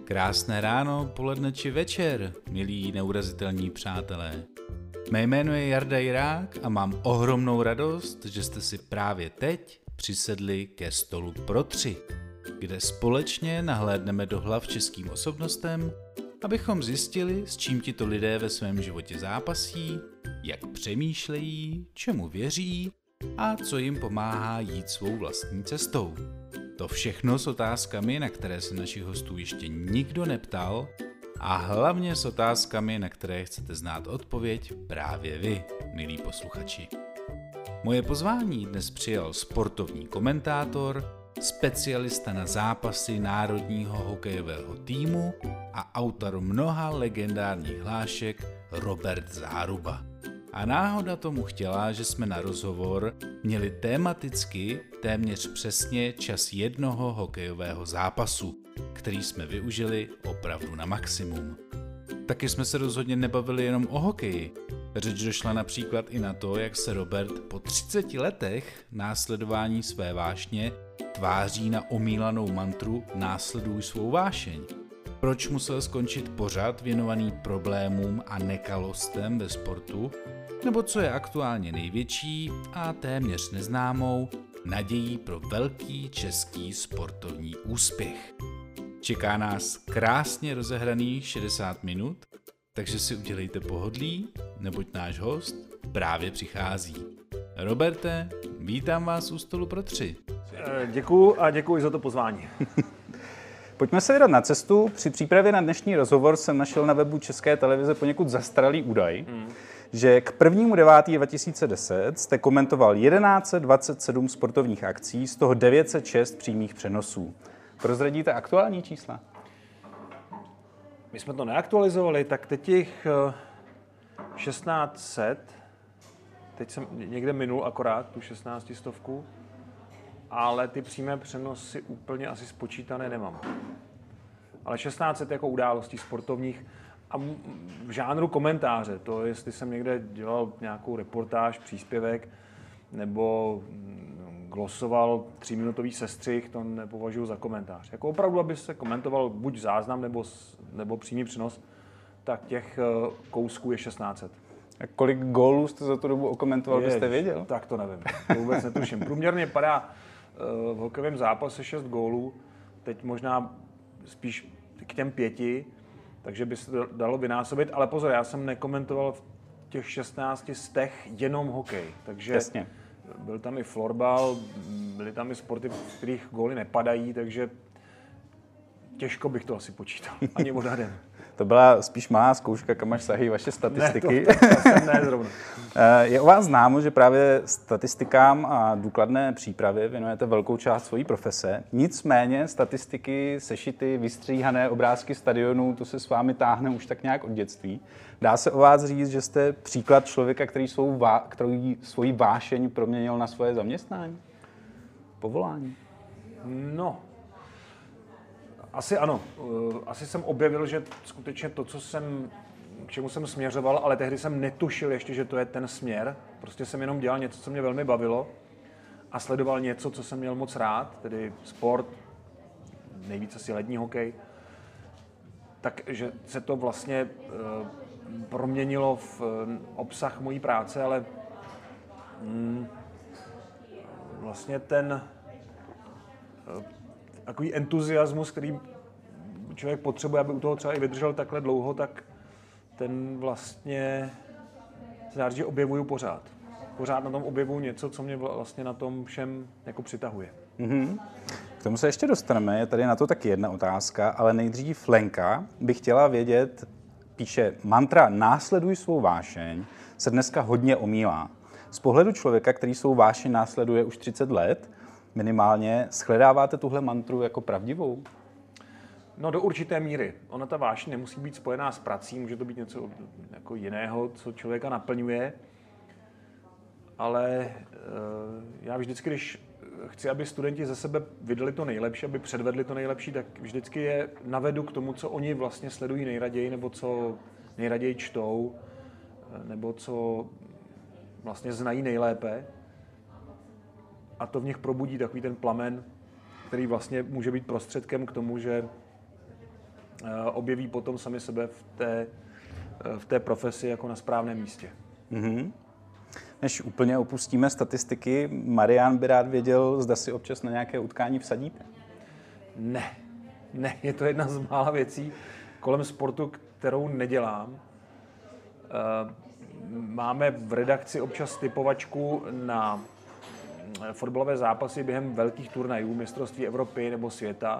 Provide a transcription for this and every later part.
Krásné ráno, poledne či večer, milí neurazitelní přátelé. Mé jméno je Jarda Jirák a mám ohromnou radost, že jste si právě teď přisedli ke stolu pro tři, kde společně nahlédneme do hlav českým osobnostem, abychom zjistili, s čím tito lidé ve svém životě zápasí, jak přemýšlejí, čemu věří a co jim pomáhá jít svou vlastní cestou. To všechno s otázkami, na které se našich hostů ještě nikdo neptal, a hlavně s otázkami, na které chcete znát odpověď právě vy, milí posluchači. Moje pozvání dnes přijal sportovní komentátor, specialista na zápasy národního hokejového týmu a autor mnoha legendárních hlášek Robert Záruba. A náhoda tomu chtěla, že jsme na rozhovor měli tematicky téměř přesně čas jednoho hokejového zápasu, který jsme využili opravdu na maximum. Taky jsme se rozhodně nebavili jenom o hokeji. Řeč došla například i na to, jak se Robert po 30 letech následování své vášně tváří na omílanou mantru Následuj svou vášeň. Proč musel skončit pořad věnovaný problémům a nekalostem ve sportu, nebo co je aktuálně největší a téměř neznámou nadějí pro velký český sportovní úspěch. Čeká nás krásně rozehraných 60 minut, takže si udělejte pohodlí, neboť náš host právě přichází. Roberte, vítám vás u stolu pro tři. Děkuju a děkuji za to pozvání. Pojďme se vydat na cestu. Při přípravě na dnešní rozhovor jsem našel na webu České televize poněkud zastaralý údaj, že k 1.9.2010 jste komentoval 1127 sportovních akcí, z toho 906 přímých přenosů. Prozradíte aktuální čísla? My jsme to neaktualizovali, tak teď těch 1600, teď jsem někde minul akorát tu 16 stovku, ale ty přímé přenosy úplně asi spočítané nemám. Ale 1600 jako událostí sportovních a v žánru komentáře, to jestli jsem někde dělal nějakou reportáž, příspěvek, nebo glosoval 3minutový sestřih, to nepovažuji za komentář. Jako opravdu, aby se komentoval buď záznam, nebo přímý přenos, tak těch kousků je 1600. A kolik gólů jste za tu dobu okomentoval, byste věděl? Tak to nevím, to vůbec netuším. Průměrně padá v hokejovém zápase 6 gólů, teď možná spíš k těm 5, takže by se to dalo vynásobit, ale pozor, já jsem nekomentoval v těch 16 stech jenom hokej, takže Jasně. Byl tam i florbal, byly tam i sporty, v kterých góly nepadají, takže těžko bych to asi počítal, ani odhadem. To byla spíš malá zkouška, kam až sahají vaše statistiky. Ne, zrovna. Je o vás známo, že právě statistikám a důkladné přípravě věnujete velkou část svojí profese. Nicméně statistiky, sešity, vystříhané obrázky stadionů, to se s vámi táhne už tak nějak od dětství. Dá se o vás říct, že jste příklad člověka, který svoji vášeň proměnil na svoje zaměstnání? Povolání? No, asi ano. Asi jsem objevil, že skutečně to, k čemu jsem směřoval, ale tehdy jsem netušil ještě, že to je ten směr. Prostě jsem jenom dělal něco, co mě velmi bavilo a sledoval něco, co jsem měl moc rád, tedy sport, nejvíc asi lední hokej. Takže se to vlastně proměnilo v obsah mojí práce, ale vlastně ten takový entuziasmus, který člověk potřebuje, aby u toho třeba i vydržel takhle dlouho, tak ten vlastně se dá říct, že objevuju pořád. Pořád na tom objevuju něco, co mě vlastně na tom všem jako přitahuje. Mm-hmm. K tomu se ještě dostaneme, je tady na to taky jedna otázka, ale nejdřív Lenka by chtěla vědět, píše, mantra Následuj svou vášeň se dneska hodně omílá. Z pohledu člověka, který svou vášeň následuje už 30 let, minimálně, shledáváte tuhle mantru jako pravdivou? No do určité míry. Ona ta vášeň nemusí být spojená s prací, může to být něco jako jiného, co člověka naplňuje. Ale já vždycky, když chci, aby studenti ze sebe vydali to nejlepší, aby předvedli to nejlepší, tak vždycky je navedu k tomu, co oni vlastně sledují nejraději, nebo co nejraději čtou, nebo co vlastně znají nejlépe. A to v nich probudí takový ten plamen, který vlastně může být prostředkem k tomu, že objeví potom sami sebe v té profesi jako na správném místě. Mm-hmm. Než úplně opustíme statistiky, Marián by rád věděl, zda si občas na nějaké utkání vsadíte? Ne, je to jedna z mála věcí kolem sportu, kterou nedělám. Máme v redakci občas typovačku na fotbalové zápasy během velkých turnajů, mistrovství Evropy nebo světa.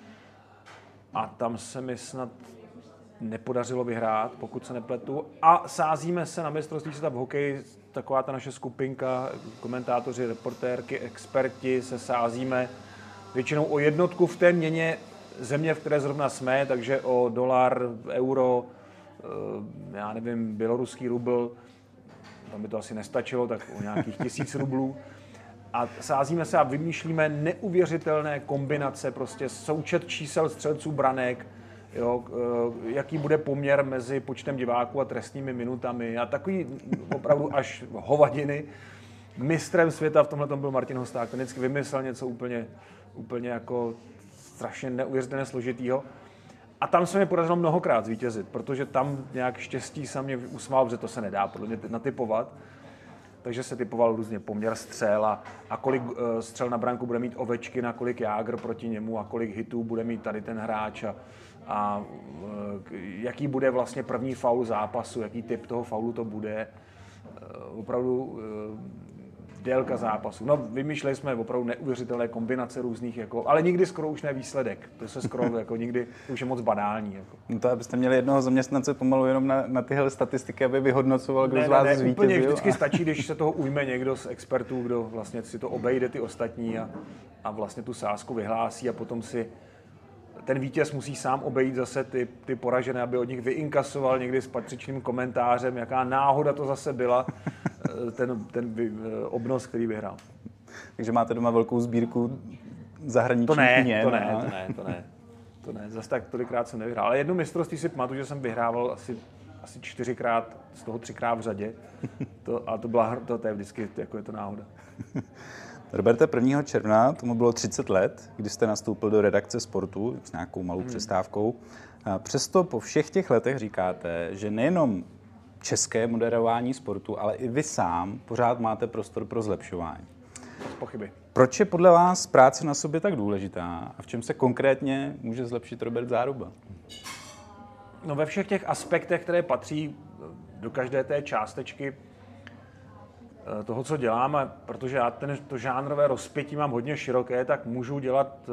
A tam se mi snad nepodařilo vyhrát, pokud se nepletu. A sázíme se na mistrovství světa v hokeji, taková ta naše skupinka, komentátoři, reportérky, experti, se sázíme většinou o jednotku v té měně země, v které zrovna jsme, takže o dolar, euro, já nevím, běloruský rubl, tam by to asi nestačilo, tak o nějakých 1000 rublů. A sázíme se a vymýšlíme neuvěřitelné kombinace, prostě součet čísel střelců branek, jo, jaký bude poměr mezi počtem diváků a trestními minutami a takový opravdu až hovadiny. Mistrem světa v tomhle byl Martin Hosták, ten vždycky vymyslel něco úplně jako strašně neuvěřitelně složitýho. A tam se mi podařilo mnohokrát zvítězit, protože tam nějak štěstí se mě usmál, protože to se nedá podle mě natypovat. Takže se typoval různě poměr střel a kolik střel na branku bude mít Ovečkin a kolik Jágr proti němu a kolik hitů bude mít tady ten hráč a jaký bude vlastně první faul zápasu, jaký typ toho faulu to bude. Opravdu délka zápasu. No, vymýšleli jsme opravdu neuvěřitelné kombinace různých, jako, ale nikdy skoro už ne výsledek. To se skoro jako nikdy, to už je moc banální. Jako. No to abyste měli jednoho zaměstnance pomalu jenom na tyhle statistiky, aby vyhodnocoval, kdo z vás zvítězil. Úplně vždycky stačí, když se toho ujme někdo z expertů, kdo vlastně si to obejde ty ostatní a vlastně tu sázku vyhlásí a potom si ten vítěz musí sám obejít zase ty poražené, aby od nich vyinkasoval někdy s patřičným komentářem, jaká náhoda to zase byla, ten obnos, který vyhrál. Takže máte doma velkou sbírku zahraničních měn? To ne, zase tak tolikrát jsem nevyhrál. Ale jedno mistrovství si pamatuju, že jsem vyhrával asi 4krát, z toho 3krát v řadě. To je vždycky, jako je to náhoda. Roberte, 1. června, tomu bylo 30 let, kdy jste nastoupil do redakce Sportu s nějakou malou přestávkou. Přesto po všech těch letech říkáte, že nejenom české moderování sportu, ale i vy sám pořád máte prostor pro zlepšování. Bez pochyby. Proč je podle vás práce na sobě tak důležitá a v čem se konkrétně může zlepšit Robert Záruba? No ve všech těch aspektech, které patří do každé té částečky toho, co děláme, protože já to žánrové rozpětí mám hodně široké, tak můžu dělat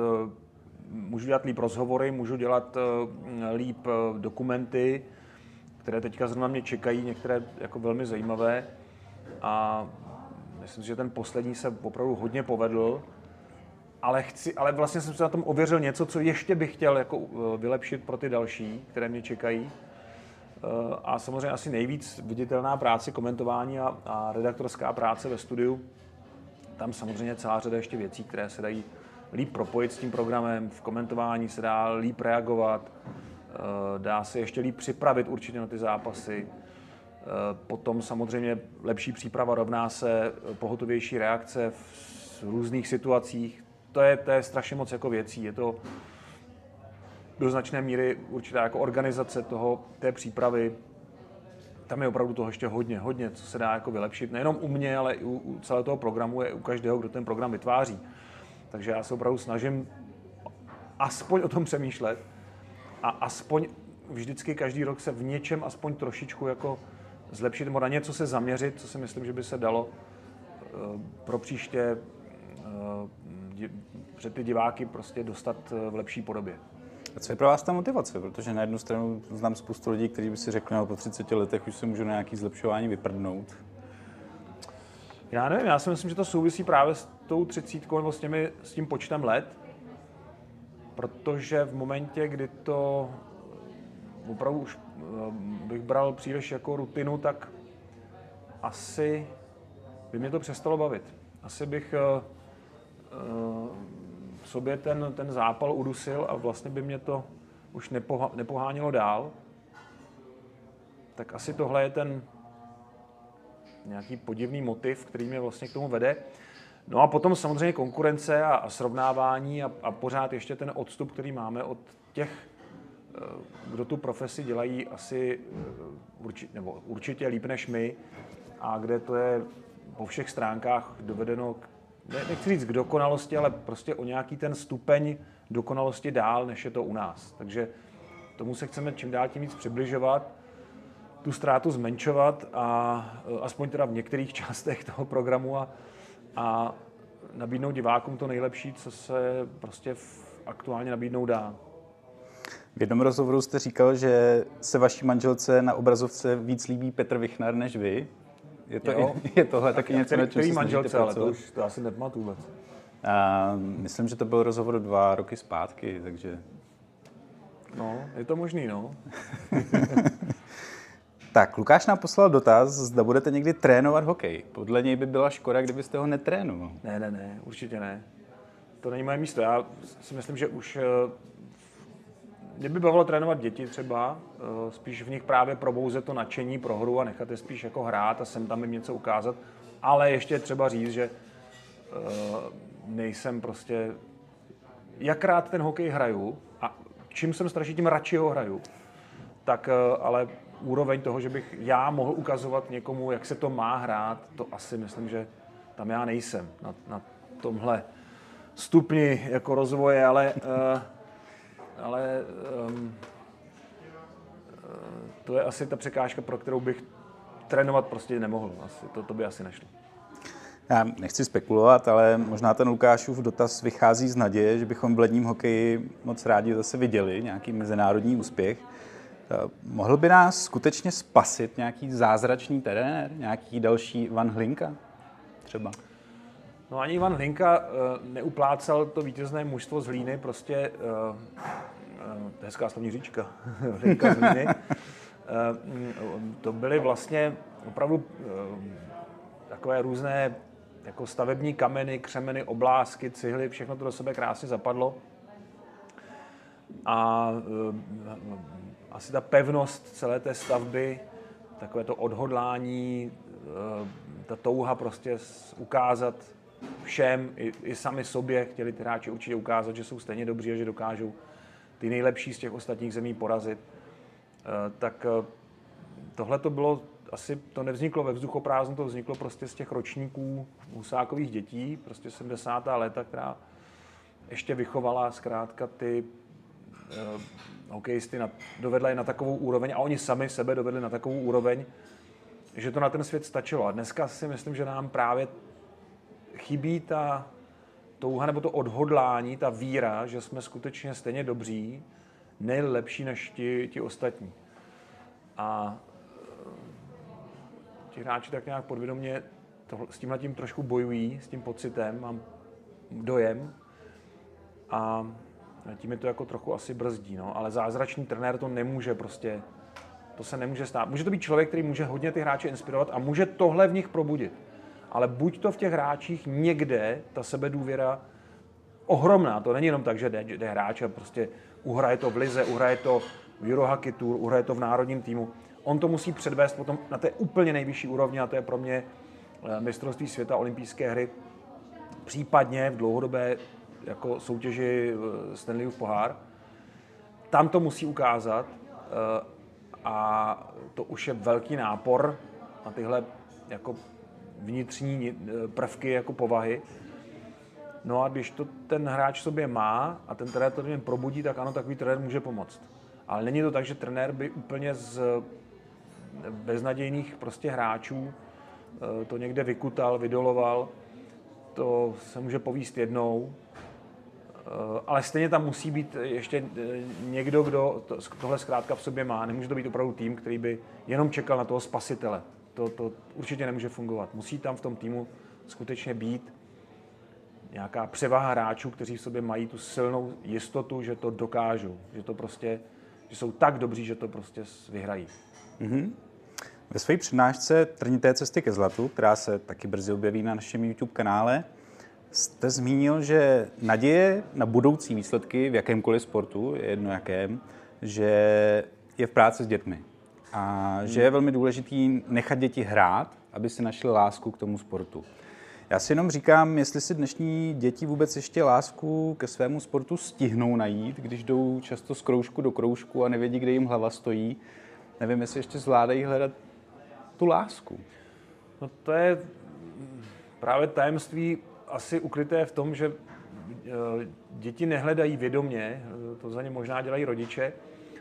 líp rozhovory, můžu dělat líp dokumenty, které teďka zrovna mě čekají, některé jako velmi zajímavé. A myslím si, že ten poslední se opravdu hodně povedl, ale vlastně jsem se na tom ověřil něco, co ještě bych chtěl jako vylepšit pro ty další, které mě čekají. A samozřejmě asi nejvíc viditelná práce, komentování a redaktorská práce ve studiu. Tam samozřejmě celá řada ještě věcí, které se dají líp propojit s tím programem. V komentování se dá líp reagovat, dá se ještě líp připravit určitě na ty zápasy. Potom samozřejmě lepší příprava rovná se pohotovější reakce v různých situacích. To je strašně moc jako věcí. Je to do značné míry určitá jako organizace té přípravy. Tam je opravdu toho ještě hodně, co se dá jako vylepšit. Nejenom u mě, ale i u celého toho programu, je u každého, kdo ten program vytváří. Takže já se opravdu snažím aspoň o tom přemýšlet a aspoň vždycky každý rok se v něčem aspoň trošičku jako zlepšit nebo na něco se zaměřit, co si myslím, že by se dalo pro příště před ty diváky prostě dostat v lepší podobě. A co je pro vás ta motivace? Protože na jednu stranu znám spoustu lidí, kteří by si řekli, že po 30 letech už se můžu na nějaké zlepšování vyprdnout. Já nevím, já si myslím, že to souvisí právě s tou 30 nebo s tím počtem let, protože v momentě, kdy to opravdu už bych bral příliš jako rutinu, tak asi by mě to přestalo bavit. Asi bych v sobě ten zápal udusil a vlastně by mě to už nepohánělo dál. Tak asi tohle je ten nějaký podivný motiv, který mě vlastně k tomu vede. No a potom samozřejmě konkurence a srovnávání a pořád ještě ten odstup, který máme od těch kdo tu profesi dělají asi určitě líp než my a kde to je po všech stránkách dovedeno, nechci říct k dokonalosti, ale prostě o nějaký ten stupeň dokonalosti dál, než je to u nás. Takže tomu se chceme čím dál tím víc přibližovat, tu ztrátu zmenšovat a aspoň teda v některých částech toho programu a nabídnout divákům to nejlepší, co se prostě aktuálně nabídnout dá. V jednom rozhovoru jste říkal, že se vaší manželce na obrazovce víc líbí Petr Vichnar než vy. Je tohle taky něco, na čem se manželce, ale to asi nepamatuju vůbec. Myslím, že to byl rozhovor 2 roky zpátky, takže... No, je to možný, no. Tak, Lukáš nám poslal dotaz, zda budete někdy trénovat hokej. Podle něj by byla škoda, kdybyste ho netrénoval. Ne, určitě ne. To není moje místo. Já si myslím, že už... Mě by bavilo trénovat děti třeba, spíš v nich právě probouzet to nadšení pro hru a nechat je spíš jako hrát a sem tam jim něco ukázat. Ale ještě třeba říct, že nejsem prostě... Jak rád ten hokej hraju a čím jsem starší, tím radši ho hraju. Tak ale úroveň toho, že bych já mohl ukazovat někomu, jak se to má hrát, to asi myslím, že tam já nejsem na tomhle stupni jako rozvoje, ale to je asi ta překážka, pro kterou bych trénovat prostě nemohl. To by asi nešlo. Já nechci spekulovat, ale možná ten Lukášův dotaz vychází z naděje, že bychom v ledním hokeji moc rádi zase viděli nějaký mezinárodní úspěch. Mohl by nás skutečně spasit nějaký zázračný trenér, nějaký další Ivan Hlinka třeba? No ani Ivan Hlinka neuplácal to vítězné mužstvo z Hlíny, prostě hezká slovní říčka, Hlinka z Hlíny. To byly vlastně opravdu takové různé jako stavební kameny, křemeny, oblásky, cihly, všechno to do sebe krásně zapadlo. A asi ta pevnost celé té stavby, takové to odhodlání, ta touha prostě ukázat všem, i sami sobě, chtěli ty hráči určitě ukázat, že jsou stejně dobří a že dokážou ty nejlepší z těch ostatních zemí porazit. Tak tohle to bylo, asi to nevzniklo ve vzduchoprázdnu, to vzniklo prostě z těch ročníků Husákových dětí, prostě 70. léta, která ještě vychovala zkrátka ty hokejisty, dovedla je na takovou úroveň a oni sami sebe dovedli na takovou úroveň, že to na ten svět stačilo. A dneska si myslím, že nám právě chybí ta touha nebo to odhodlání, ta víra, že jsme skutečně stejně dobří, nejlepší než ti ostatní. A ti hráči tak nějak podvědomě s tímhletím trošku bojují, s tím pocitem, mám dojem. A tím je to jako trochu asi brzdí, no. Ale zázračný trenér to nemůže prostě, to se nemůže stát. Může to být člověk, který může hodně ty hráče inspirovat a může tohle v nich probudit. Ale buď to v těch hráčích někde, ta sebedůvěra ohromná, to není jenom tak, že jde hráč a prostě uhraje to v lize, uhraje to v Eurohockey Tour, uhraje to v národním týmu. On to musí předvést potom na té úplně nejvyšší úrovni a to je pro mě mistrovství světa, olympijské hry, případně v dlouhodobé jako soutěži Stanleyův pohár. Tam to musí ukázat a to už je velký nápor na tyhle jako vnitřní prvky jako povahy. No a když to ten hráč sobě má a ten trenér to něm probudí, tak ano, takový trenér může pomoct. Ale není to tak, že trenér by úplně z beznadějných prostě hráčů to někde vykutal, vydoloval. To se může povíst jednou, ale stejně tam musí být ještě někdo, kdo tohle zkrátka v sobě má. Nemůže to být opravdu tým, který by jenom čekal na toho spasitele. To určitě nemůže fungovat. Musí tam v tom týmu skutečně být nějaká převaha hráčů, kteří v sobě mají tu silnou jistotu, že to dokážou, že jsou tak dobří, že to prostě vyhrají. Mm-hmm. Ve své přednášce Trnité cesty ke zlatu, která se taky brzy objeví na našem YouTube kanále, jste zmínil, že naděje na budoucí výsledky v jakémkoliv sportu, je jedno jakém, že je v práci s dětmi. A že je velmi důležitý nechat děti hrát, aby si našli lásku k tomu sportu. Já si jenom říkám, jestli si dnešní děti vůbec ještě lásku ke svému sportu stihnou najít, když jdou často z kroužku do kroužku a nevědí, kde jim hlava stojí. Nevím, jestli ještě zvládají hledat tu lásku. No to je právě tajemství asi ukryté v tom, že děti nehledají vědomě, to za ně možná dělají rodiče.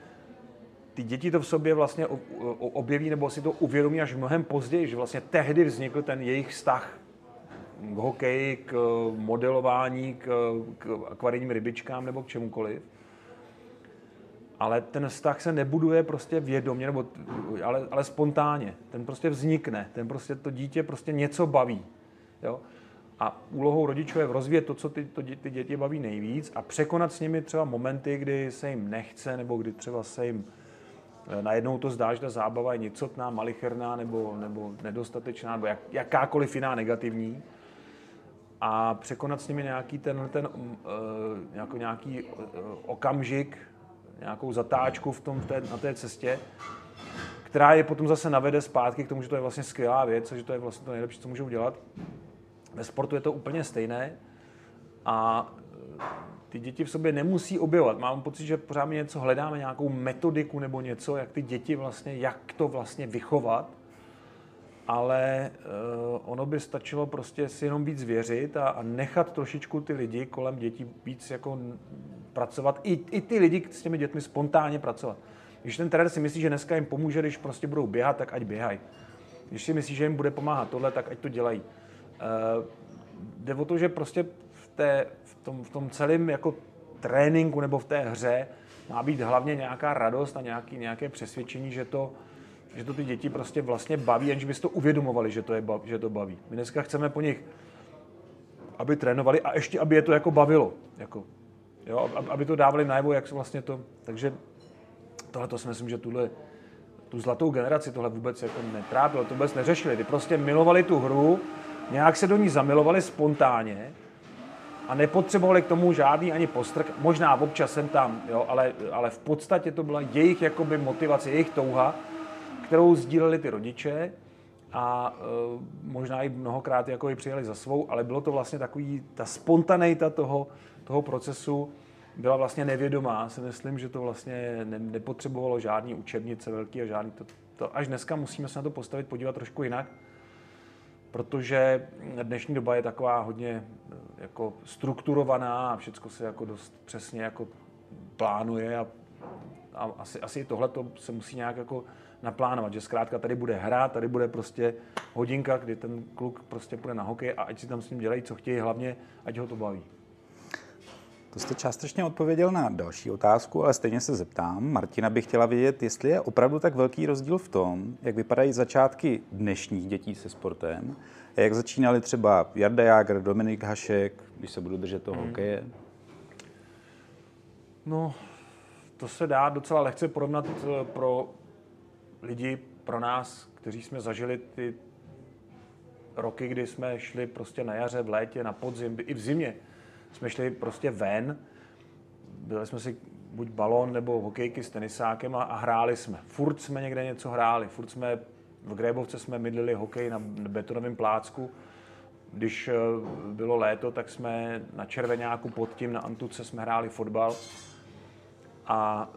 Ty děti to v sobě vlastně objeví nebo si to uvědomí až mnohem později, že vlastně tehdy vznikl ten jejich vztah k hokeji, k modelování, k akvarijním rybičkám nebo k čemukoliv. Ale ten vztah se nebuduje prostě vědomě, nebo, ale spontánně. Ten prostě vznikne, to dítě prostě něco baví. Jo? A úlohou rodičů je rozvíjet to, co ty děti baví nejvíc a překonat s nimi třeba momenty, kdy se jim nechce, nebo kdy třeba se jim najednou to zdá, že ta zábava je nicotná, malicherná nebo nedostatečná, nebo jakákoliv jiná negativní. A překonat s nimi nějaký nějaký okamžik, nějakou zatáčku na té cestě, která je potom zase navede zpátky k tomu, že to je vlastně skvělá věc a že to je vlastně to nejlepší, co můžou dělat. Ve sportu je to úplně stejné a ty děti v sobě nemusí objevovat. Mám pocit, že pořád my něco hledáme, nějakou metodiku nebo něco, jak ty děti vlastně, jak to vlastně vychovat, ale ono by stačilo prostě si jenom víc věřit a nechat trošičku ty lidi kolem dětí víc jako pracovat. I ty lidi s těmi dětmi spontánně pracovat. Když ten trenér si myslí, že dneska jim pomůže, když prostě budou běhat, tak ať běhají. Když si myslí, že jim bude pomáhat tohle, tak ať to dělají. Jde o to, že prostě v tom celém jako tréninku nebo v té hře má být hlavně nějaká radost a nějaké přesvědčení, že to ty děti prostě vlastně baví, aniž by si to uvědomovali, že to baví. My dneska chceme po nich, aby trénovali a ještě, aby je to jako bavilo. Jako, jo, aby to dávali najevo, jak vlastně to... Takže tohle si myslím, že tu zlatou generaci tohle vůbec jako netrápilo, to vůbec neřešili. Ty prostě milovali tu hru, nějak se do ní zamilovali spontánně a nepotřebovali k tomu žádný ani postrk, možná občas jsem tam, jo, ale v podstatě to byla jejich jakoby motivace, jejich touha, kterou sdíleli ty rodiče a možná i mnohokrát jako ji přijali za svou, ale bylo to vlastně takový, ta spontaneita toho procesu byla vlastně nevědomá. Si myslím, že to vlastně nepotřebovalo žádný učebnice velký a žádný to. Až dneska musíme se na to postavit, podívat trošku jinak, protože dnešní doba je taková hodně jako strukturovaná a všechno se jako dost přesně jako plánuje a asi tohle se musí nějak jako naplánovat, že zkrátka tady bude hra, tady bude prostě hodinka, kdy ten kluk prostě půjde na hokej a ať si tam s ním dělají, co chtějí, hlavně ať ho to baví. To jste částečně odpověděl na další otázku, ale stejně se zeptám. Martina by chtěla vědět, jestli je opravdu tak velký rozdíl v tom, jak vypadají začátky dnešních dětí se sportem a jak začínali třeba Jarda Jágr, Dominik Hašek, když se budu držet toho hokeje. No, to se dá docela lehce porovnat pro lidi, pro nás, kteří jsme zažili ty roky, kdy jsme šli prostě na jaře, v létě, na podzim, i v zimě. Jsme šli prostě ven, byli jsme si buď balón nebo hokejky s tenisákem a hráli jsme. Furt jsme někde něco hráli, furt jsme v Grébovce jsme mydlili hokej na betonovém plácku. Když bylo léto, tak jsme na Červeňáku pod tím, na Antuce jsme hráli fotbal. A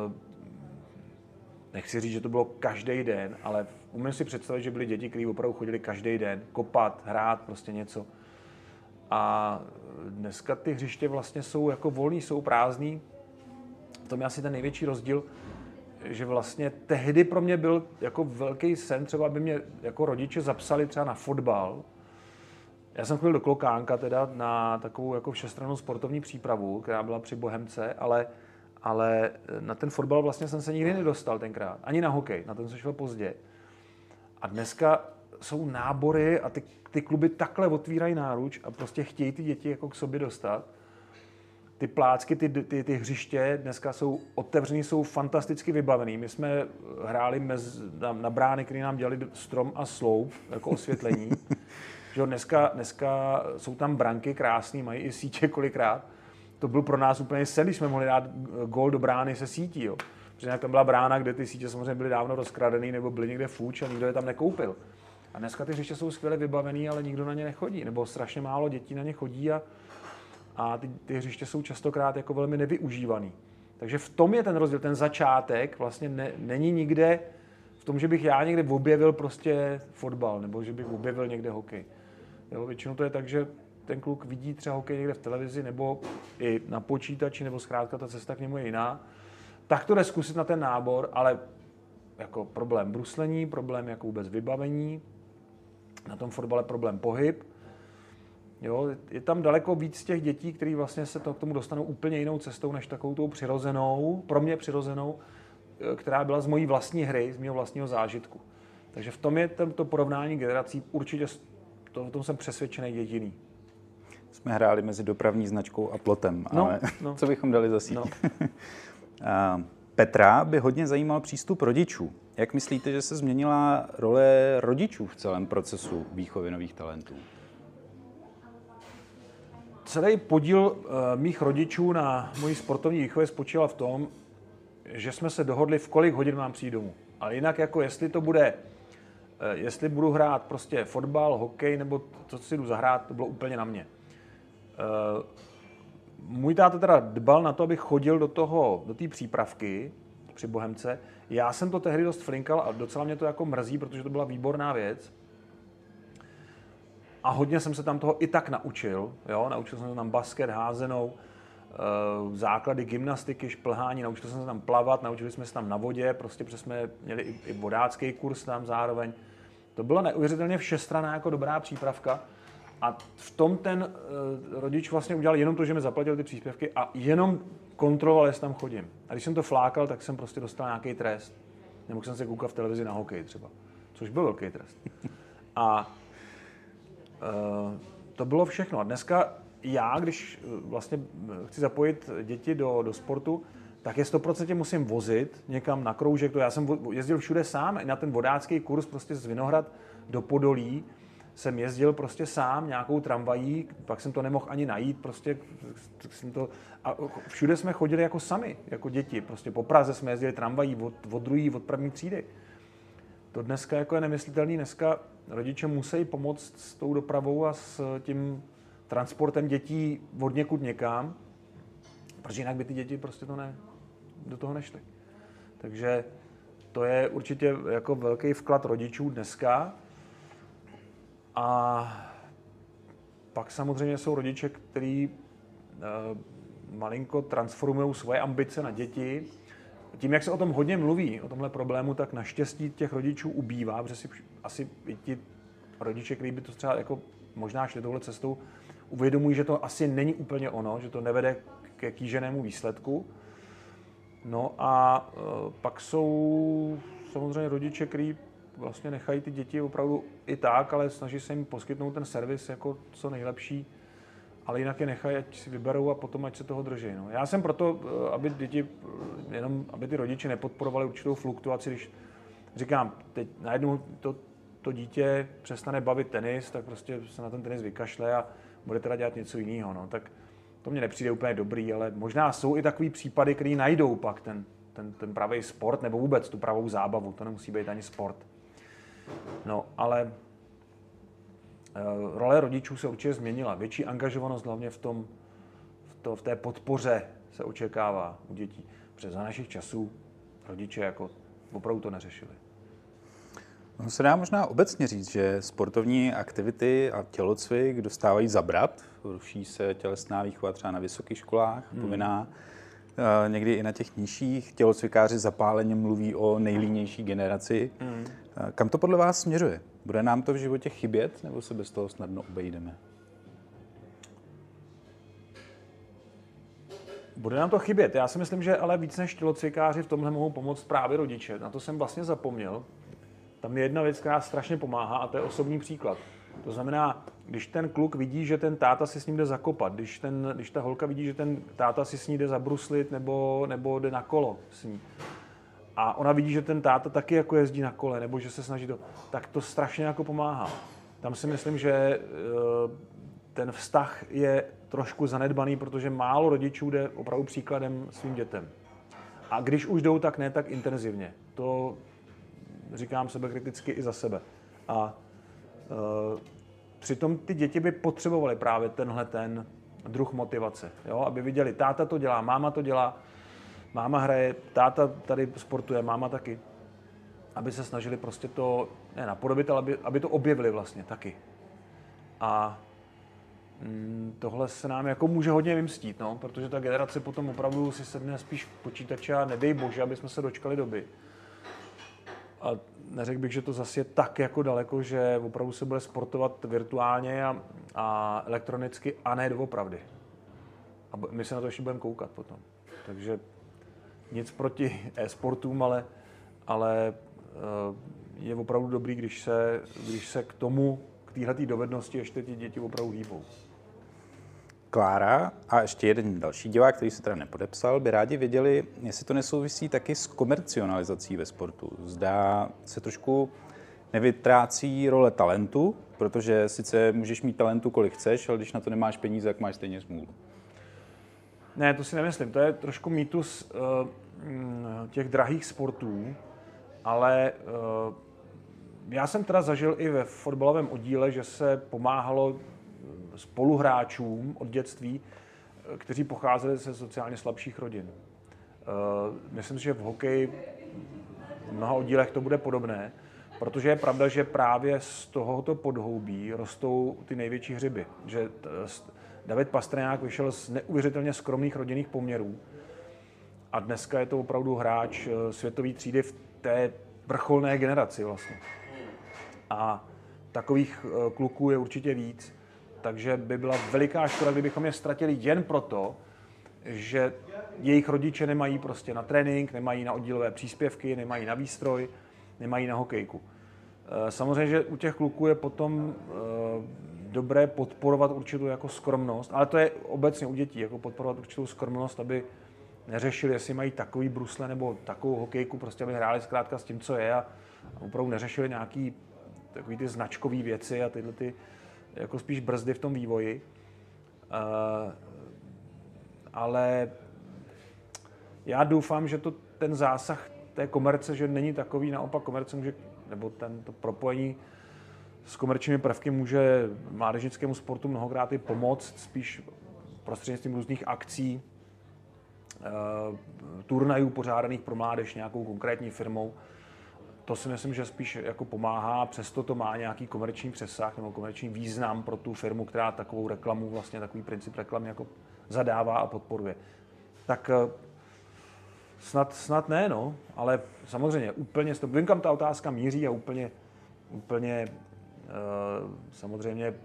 nechci říct, že to bylo každý den, ale umím si představit, že byly děti, které opravdu chodili každý den, kopat, hrát, prostě něco. A dneska ty hřiště vlastně jsou jako volný, jsou prázdný. V tom je asi ten největší rozdíl, že vlastně tehdy pro mě byl jako velký sen, třeba aby mě jako rodiče zapsali třeba na fotbal. Já jsem chodil do Klokánka teda na takovou jako všestrannou sportovní přípravu, která byla při Bohemce, ale na ten fotbal vlastně jsem se nikdy nedostal tenkrát. Ani na hokej, na ten jsem šel pozdě. A dneska jsou nábory a ty kluby takhle otvírají náruč a prostě chtějí ty děti jako k sobě dostat. Ty plácky, ty hřiště dneska jsou otevřený, jsou fantasticky vybavený. My jsme hráli na brány, které nám dělali strom a sloup jako osvětlení. Že dneska jsou tam branky krásný, mají i sítě kolikrát. To byl pro nás úplně sen, když jsme mohli dát gól do brány se sítí. Jo. Protože tam byla brána, kde ty sítě samozřejmě byly dávno rozkradený nebo byly někde fuč a nikdo je tam nekoupil. A dneska ty hřiště jsou skvěle vybavený, ale nikdo na ně nechodí, nebo strašně málo dětí na ně chodí a ty hřiště jsou častokrát jako velmi nevyužívaný. Takže v tom je ten rozdíl, ten začátek vlastně není nikde v tom, že bych já někde objevil prostě fotbal, nebo že bych objevil někde hokej. Jo, většinou to je tak, že ten kluk vidí třeba hokej někde v televizi, nebo i na počítači, nebo zkrátka ta cesta k němu je jiná. Tak to jde zkusit na ten nábor, ale jako problém bruslení, problém jako vůbec vybavení, na tom fotbale problém pohyb. Jo, je tam daleko víc těch dětí, kteří vlastně se k tomu dostanou úplně jinou cestou, než takovou tou přirozenou, pro mě přirozenou, která byla z mojí vlastní hry, z mého vlastního zážitku. Takže v tom je to porovnání generací určitě, o tom jsem přesvědčený, jediný. Jsme hráli mezi dopravní značkou a plotem, ale co bychom dali za síť? No. Petra by hodně zajímal přístup rodičů. Jak myslíte, že se změnila role rodičů v celém procesu výchovy nových talentů? Celý podíl mých rodičů na mojí sportovní výchově spočíval v tom, že jsme se dohodli, v kolik hodin mám přijít domů. Ale jinak jako jestli budu hrát prostě fotbal, hokej nebo to, co si jdu zahrát, to bylo úplně na mě. Můj táta teda dbal na to, abych chodil do té přípravky při Bohemce. Já jsem to tehdy dost flinkal a docela mě to jako mrzí, protože to byla výborná věc. A hodně jsem se tam toho i tak naučil. Jo? Naučil jsem se tam basket, házenou, základy gymnastiky, šplhání, naučil jsem se tam plavat, naučili jsme se tam na vodě, prostě protože jsme měli i vodácký kurz tam zároveň. To byla neuvěřitelně všestranná jako dobrá přípravka. A v tom ten rodič vlastně udělal jenom to, že mi zaplatil ty příspěvky a jenom kontroloval, jestli tam chodím. A když jsem to flákal, tak jsem prostě dostal nějaký trest. Nemohl jsem se koukat v televizi na hokej třeba, což byl velký trest. A to bylo všechno. A dneska já, když vlastně chci zapojit děti do sportu, tak je 100% musím vozit někam na kroužek. Já jsem jezdil všude sám, i na ten vodácký kurz prostě z Vinohrad do Podolí jsem jezdil prostě sám nějakou tramvají, pak jsem to nemohl ani najít, prostě a všude jsme chodili jako sami, jako děti, prostě po Praze jsme jezdili tramvají od druhé, od první třídy. To dneska jako je nemyslitelný, dneska rodiče musí pomoct s tou dopravou a s tím transportem dětí od někud někam, protože jinak by ty děti prostě do toho nešly. Takže to je určitě jako velký vklad rodičů dneska. A pak samozřejmě jsou rodiče, kteří malinko transformují svoje ambice na děti. Tím, jak se o tom hodně mluví, o tomhle problému, tak naštěstí těch rodičů ubývá, protože si asi i ti rodiče, kteří by to třeba jako možná šli touhle cestou, uvědomují, že to asi není úplně ono, že to nevede ke kýženému výsledku. No a pak jsou samozřejmě rodiče, kteří vlastně nechají ty děti opravdu i tak, ale snaží se jim poskytnout ten servis jako co nejlepší, ale jinak je nechají, ať si vyberou a potom ať se toho drží. No. Já jsem proto, aby ty rodiče nepodporovali určitou fluktuaci, když říkám, teď najednou to dítě přestane bavit tenis, tak prostě se na ten tenis vykašle a bude teda dělat něco jiného. No. Tak to mně nepřijde úplně dobrý, ale možná jsou i takový případy, který najdou pak ten pravý sport nebo vůbec tu pravou zábavu. To nemusí být ani sport. No, ale role rodičů se určitě změnila. Větší angažovanost hlavně v té podpoře se očekává u dětí. Protože za našich časů rodiče jako opravdu to neřešili. No, se dá možná obecně říct, že sportovní aktivity a tělocvik dostávají zabrat. Ruší se tělesná výchova třeba na vysokých školách, povinná. Někdy i na těch nižších. Tělocvikáři zapáleně mluví o nejlínější generaci. Kam to podle vás směřuje? Bude nám to v životě chybět, nebo se bez toho snadno obejdeme? Bude nám to chybět. Já si myslím, že ale víc než tělocvikáři v tomhle mohou pomoct právě rodiče. Na to jsem vlastně zapomněl. Tam je jedna věc, která strašně pomáhá, a to je osobní příklad. To znamená, když ten kluk vidí, že ten táta si s ním jde zakopat, když ta holka vidí, že ten táta si s ní jde zabruslit nebo jde na kolo s ní, a ona vidí, že ten táta taky jako jezdí na kole, nebo že se snaží tak to strašně jako pomáhá. Tam si myslím, že ten vztah je trošku zanedbaný, protože málo rodičů jde opravdu příkladem svým dětem. A když už jdou, tak ne tak intenzivně. To říkám sebekriticky i za sebe. A Přitom ty děti by potřebovaly právě tenhle ten druh motivace, jo? Aby viděli, táta to dělá, máma to dělá, máma hraje, táta tady sportuje, máma taky. Aby se snažili prostě to, ne napodobit, ale aby to objevili vlastně taky. A tohle se nám jako může hodně vymstít, no? Protože ta generace potom opravdu si sedne spíš k počítači a nedej bože, aby jsme se dočkali doby. A neřekl bych, že to zase je tak jako daleko, že opravdu se bude sportovat virtuálně a elektronicky a ne doopravdy. A my se na to ještě budeme koukat potom. Takže nic proti e-sportům, ale je opravdu dobrý, když se k téhletý dovednosti ještě ty děti opravdu hýbou. Klára a ještě jeden další divák, který se teda nepodepsal, by rádi věděli, jestli to nesouvisí taky s komercionalizací ve sportu. Zdá se trošku nevytrácí role talentu, protože sice můžeš mít talentu, kolik chceš, ale když na to nemáš peníze, tak máš stejně smůlu. Ne, to si nemyslím. To je trošku mýtus těch drahých sportů, ale já jsem teda zažil i ve fotbalovém oddíle, že se pomáhalo spoluhráčům od dětství, kteří pocházeli ze sociálně slabších rodin. Myslím si, že v hokeji v mnoha oddílech to bude podobné, protože je pravda, že právě z tohoto podhoubí rostou ty největší hřiby. Že David Pastrňák vyšel z neuvěřitelně skromných rodinných poměrů a dneska je to opravdu hráč světové třídy v té vrcholné generaci vlastně. A takových kluků je určitě víc, takže by byla veliká škoda, kdybychom je ztratili jen proto, že jejich rodiče nemají prostě na trénink, nemají na oddílové příspěvky, nemají na výstroj, nemají na hokejku. Samozřejmě, že u těch kluků je potom dobré podporovat určitou jako skromnost, ale to je obecně u dětí, jako podporovat určitou skromnost, aby neřešili, jestli mají takový brusle nebo takovou hokejku, prostě aby hráli zkrátka s tím, co je a opravdu neřešili nějaký takový ty značkové věci a tyhle ty jako spíš brzdy v tom vývoji. Ale já doufám, že ten zásah té komerce, že není takový, naopak komerce může, nebo to propojení s komerčními prvky může mládežnickému sportu mnohokrát i pomoct, spíš prostřednictvím různých akcí, turnajů pořádaných pro mládež nějakou konkrétní firmou. To si myslím, že spíš jako pomáhá, přesto to má nějaký komerční přesah nebo komerční význam pro tu firmu, která takovou reklamu, vlastně takový princip reklamy jako zadává a podporuje. Tak snad ne, no, ale samozřejmě úplně, vím, kam ta otázka míří a úplně samozřejmě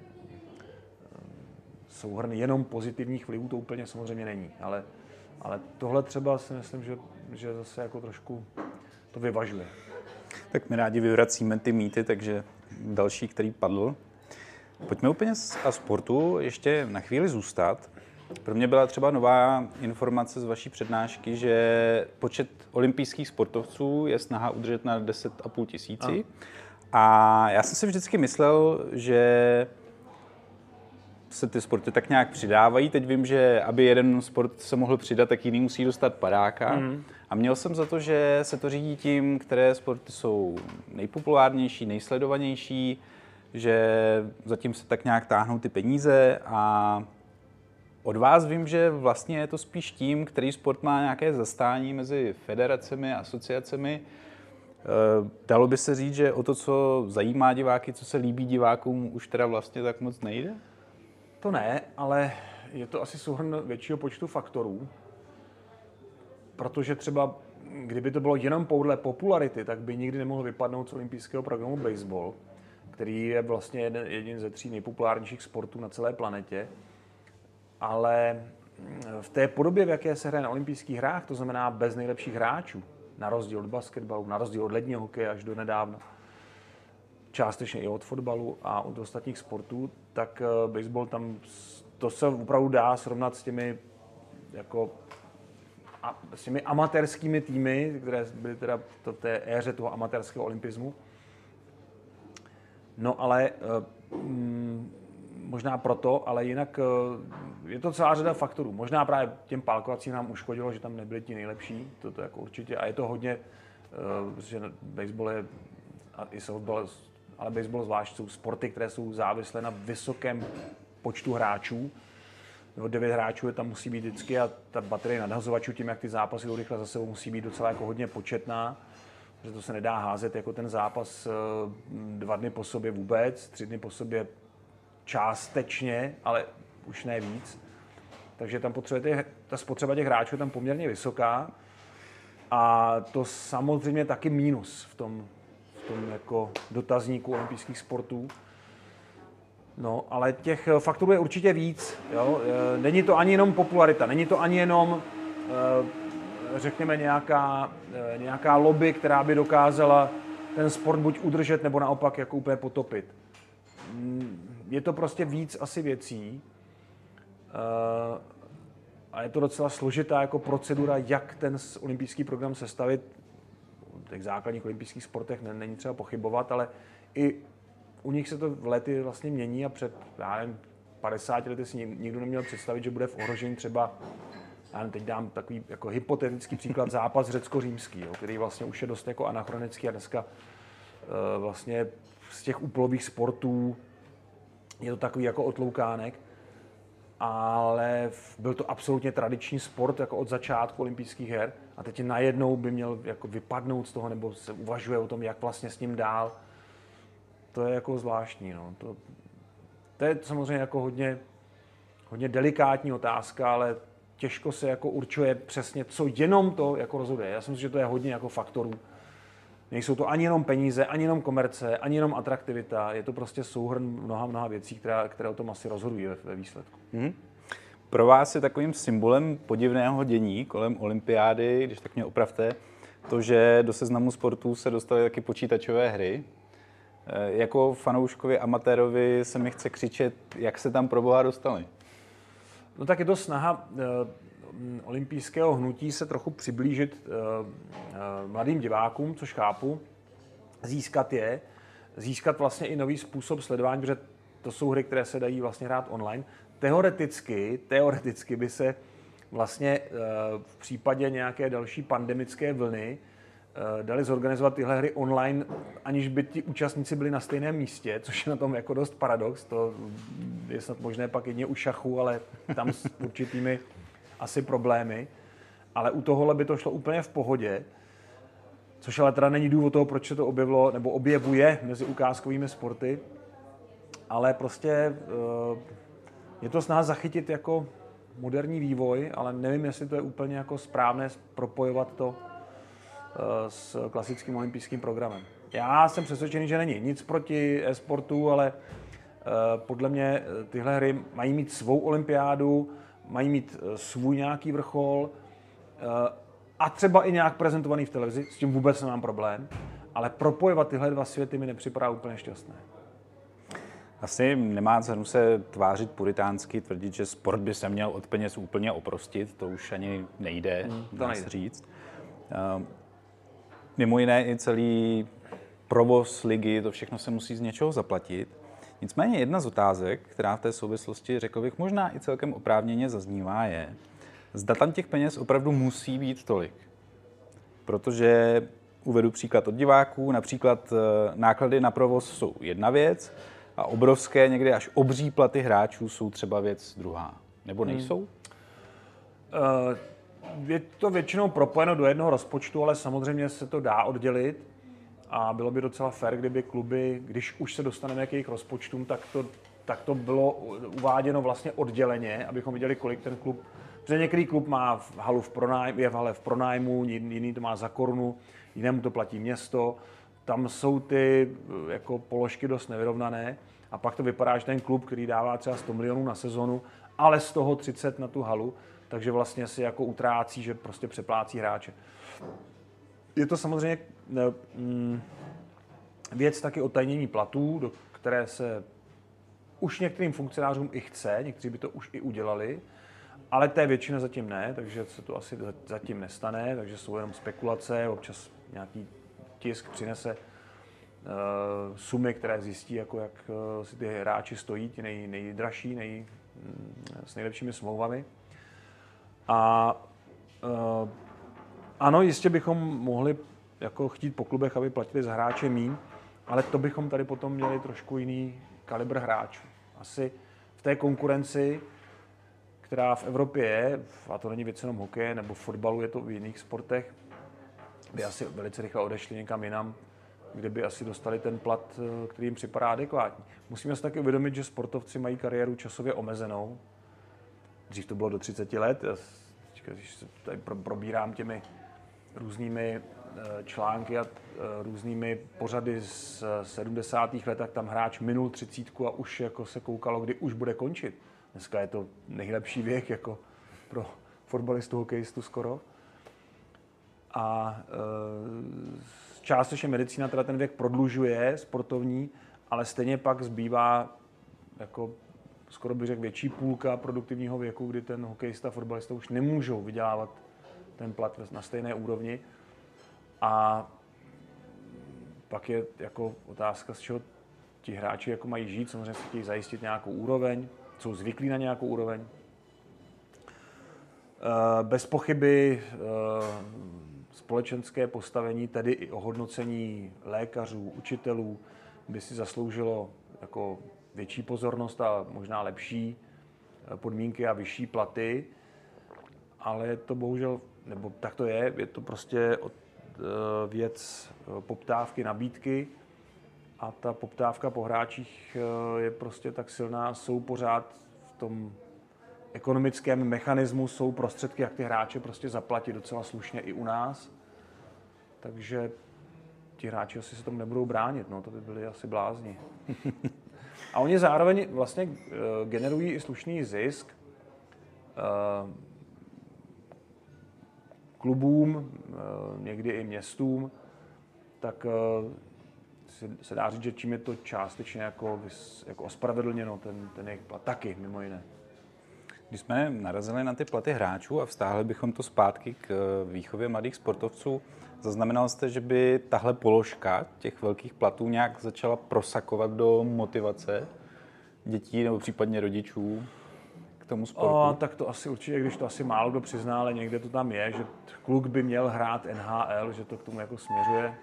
souhrn jenom pozitivních vlivů to úplně samozřejmě není, ale tohle třeba si myslím, že zase jako trošku to vyvažuje. Tak my rádi vyvracíme ty mýty, takže další, který padl. Pojďme úplně z sportu ještě na chvíli zůstat. Pro mě byla třeba nová informace z vaší přednášky, že počet olympijských sportovců je snaha udržet na 10,5 tisíci. A já jsem si vždycky myslel, že se ty sporty tak nějak přidávají. Teď vím, že aby jeden sport se mohl přidat, tak jiný musí dostat padáka. A měl jsem za to, že se to řídí tím, které sporty jsou nejpopulárnější, nejsledovanější, že zatím se tak nějak táhnou ty peníze a od vás vím, že vlastně je to spíš tím, který sport má nějaké zastání mezi federacemi a asociacemi. Dalo by se říct, že o to, co zajímá diváky, co se líbí divákům, už teda vlastně tak moc nejde? To ne, ale je to asi souhrn většího počtu faktorů, protože třeba kdyby to bylo jenom podle popularity, tak by nikdy nemohl vypadnout z olympijského programu baseball, který je vlastně jeden ze 3 nejpopulárnějších sportů na celé planetě. Ale v té podobě, v jaké se hraje na olympijských hrách, to znamená bez nejlepších hráčů, na rozdíl od basketbalu, na rozdíl od ledního hokeje až do nedávna, částečně i od fotbalu a od ostatních sportů, tak baseball tam, to se opravdu dá srovnat s těmi amatérskými týmy, které byly teda v té éře toho amatérského olympismu. No ale možná proto, ale jinak je to celá řada faktorů. Možná právě těm pálkovacím nám uškodilo, že tam nebyli ti nejlepší, to jako určitě. A je to hodně, že baseball je, a i softball ale baseball zvlášť jsou sporty, které jsou závislé na vysokém počtu hráčů. 9 hráčů je tam musí být vždycky a ta baterie nadhazovačů tím, jak ty zápasy jdou rychle za sebou, musí být docela jako hodně početná, že to se nedá házet jako ten zápas 2 dny po sobě vůbec, 3 dny po sobě částečně, ale už ne víc. Takže tam ta spotřeba těch hráčů je tam poměrně vysoká a to samozřejmě taky mínus v tom jako dotazníku olympijských sportů. No, ale těch faktorů je určitě víc. Jo? Není to ani jenom popularita, není to ani jenom, řekněme, nějaká lobby, která by dokázala ten sport buď udržet, nebo naopak jako úplně potopit. Je to prostě víc asi věcí a je to docela složitá jako procedura, jak ten olympijský program sestavit. V těch základních olympijských sportech není třeba pochybovat, ale i u nich se to v lety vlastně mění a před 50 lety si nikdo neměl představit, že bude v ohrožení třeba, já teď dám takový jako hypotetický příklad, zápas řecko-římský, jo, který vlastně už je dost jako anachronický a dneska vlastně z těch úpolových sportů je to takový jako otloukánek, ale byl to absolutně tradiční sport jako od začátku olympijských her a teď najednou by měl jako vypadnout z toho, nebo se uvažuje o tom, jak vlastně s ním dál. To je jako zvláštní. No. To je samozřejmě jako hodně delikátní otázka, ale těžko se jako určuje přesně, co jenom to jako rozhoduje. Já si myslím, že to je hodně jako faktorů. Nejsou to ani jenom peníze, ani jenom komerce, ani jenom atraktivita. Je to prostě souhrn mnoha věcí, které o tom asi rozhodují ve výsledku. Pro vás je takovým symbolem podivného dění kolem olympiády, když tak mě opravte, to, že do seznamu sportů se dostaly taky počítačové hry. Jako fanouškovi amatérovi se mi chce křičet, jak se tam proboha dostali. No tak je to snaha olympijského hnutí se trochu přiblížit mladým divákům, což chápu, získat vlastně i nový způsob sledování, protože to jsou hry, které se dají vlastně hrát online. Teoreticky by se vlastně v případě nějaké další pandemické vlny dali zorganizovat tyhle hry online, aniž by ti účastníci byli na stejném místě, což je na tom jako dost paradox. To je snad možné pak jedině u šachu, ale tam s určitými asi problémy. Ale u tohohle by to šlo úplně v pohodě, což ale teda není důvod toho, proč se to objevilo, nebo objevuje mezi ukázkovými sporty. Ale prostě je to snaha zachytit jako moderní vývoj, ale nevím, jestli to je úplně jako správné propojovat to s klasickým olympijským programem. Já jsem přesvědčený, že není nic proti e-sportu, ale podle mě tyhle hry mají mít svou olympiádu, mají mít svůj nějaký vrchol a třeba i nějak prezentovaný v televizi, s tím vůbec nemám problém, ale propojovat tyhle dva světy mi nepřipadá úplně šťastné. Asi nemá cenu se tvářit puritánsky, tvrdit, že sport by se měl od peněz úplně oprostit, to už ani nejde, dá se říct. Mimo jiné i celý provoz ligy, to všechno se musí z něčeho zaplatit. Nicméně jedna z otázek, která v té souvislosti, řekl bych, možná i celkem oprávněně zaznívá, je, zda tam těch peněz opravdu musí být tolik. Protože uvedu příklad od diváků, například náklady na provoz jsou jedna věc a obrovské, někdy až obří platy hráčů jsou třeba věc druhá. Nebo nejsou? Je to většinou propojeno do jednoho rozpočtu, ale samozřejmě se to dá oddělit a bylo by docela fér, kdyby kluby, když už se dostaneme k jejich rozpočtům, tak to bylo uváděno vlastně odděleně, abychom viděli, kolik ten klub, protože některý klub má je v hale v pronájmu, jiný to má za korunu, jinému to platí město, tam jsou ty jako položky dost nevyrovnané a pak to vypadá, že ten klub, který dává třeba 100 milionů na sezonu, ale z toho 30 na tu halu, takže vlastně si jako utrácí, že prostě přeplácí hráče. Je to samozřejmě věc taky o tajnění platů, do které se už některým funkcionářům i chce, někteří by to už i udělali, ale té většina zatím ne, takže se to asi zatím nestane, takže jsou jenom spekulace, občas nějaký tisk přinese sumy, které zjistí, jako jak si ty hráči stojí, ti nejdražší, s nejlepšími smlouvami. A ano, jistě bychom mohli jako chtít po klubech, aby platili za hráče míň, Ale to bychom tady potom měli trošku jiný kalibr hráčů. Asi v té konkurenci, která v Evropě je, a to není věc jenom hokeje nebo fotbalu, je to v jiných sportech, by asi velice rychle odešli někam jinam, kde by asi dostali ten plat, který jim připadá adekvátní. Musíme si taky uvědomit, že sportovci mají kariéru časově omezenou. Dřív to bylo do 30 let. Když se tady probírám těmi různými články a různými pořady z 70. let, tak tam hráč minul 30 a už jako se koukalo, kdy už bude končit. Dneska je to nejlepší věk jako pro fotbalistu, hokejistu skoro. A částečně medicína teda ten věk prodlužuje, sportovní, ale stejně pak zbývá jako skoro bych řekl větší půlka produktivního věku, kdy ten hokejista, fotbalista už nemůžou vydělávat ten plat na stejné úrovni. A pak je jako otázka, z čeho ti hráči jako mají žít. Samozřejmě si chtějí zajistit nějakou úroveň, jsou zvyklí na nějakou úroveň. Bez pochyby společenské postavení, tedy i ohodnocení lékařů, učitelů, by si zasloužilo jako větší pozornost a možná lepší podmínky a vyšší platy, ale je to bohužel, nebo tak to je to prostě věc poptávky, nabídky a ta poptávka po hráčích je prostě tak silná, jsou pořád v tom ekonomickém mechanismu, jsou prostředky, jak ty hráče prostě zaplatit docela slušně i u nás, takže ti hráči asi se tomu nebudou bránit, no, to by byli asi blázni. A oni zároveň vlastně generují i slušný zisk klubům, někdy i městům, tak se dá říct, že čím je to částečně jako ospravedlněno, ten jejich plat, taky mimo jiné. Když jsme narazili na ty platy hráčů a vztáhli bychom to zpátky k výchově mladých sportovců, zaznamenal jste, že by tahle položka těch velkých platů nějak začala prosakovat do motivace dětí nebo případně rodičů k tomu sportu? Tak to asi určitě, když to asi málo kdo přizná, ale někde to tam je, že kluk by měl hrát NHL, že to k tomu jako směřuje.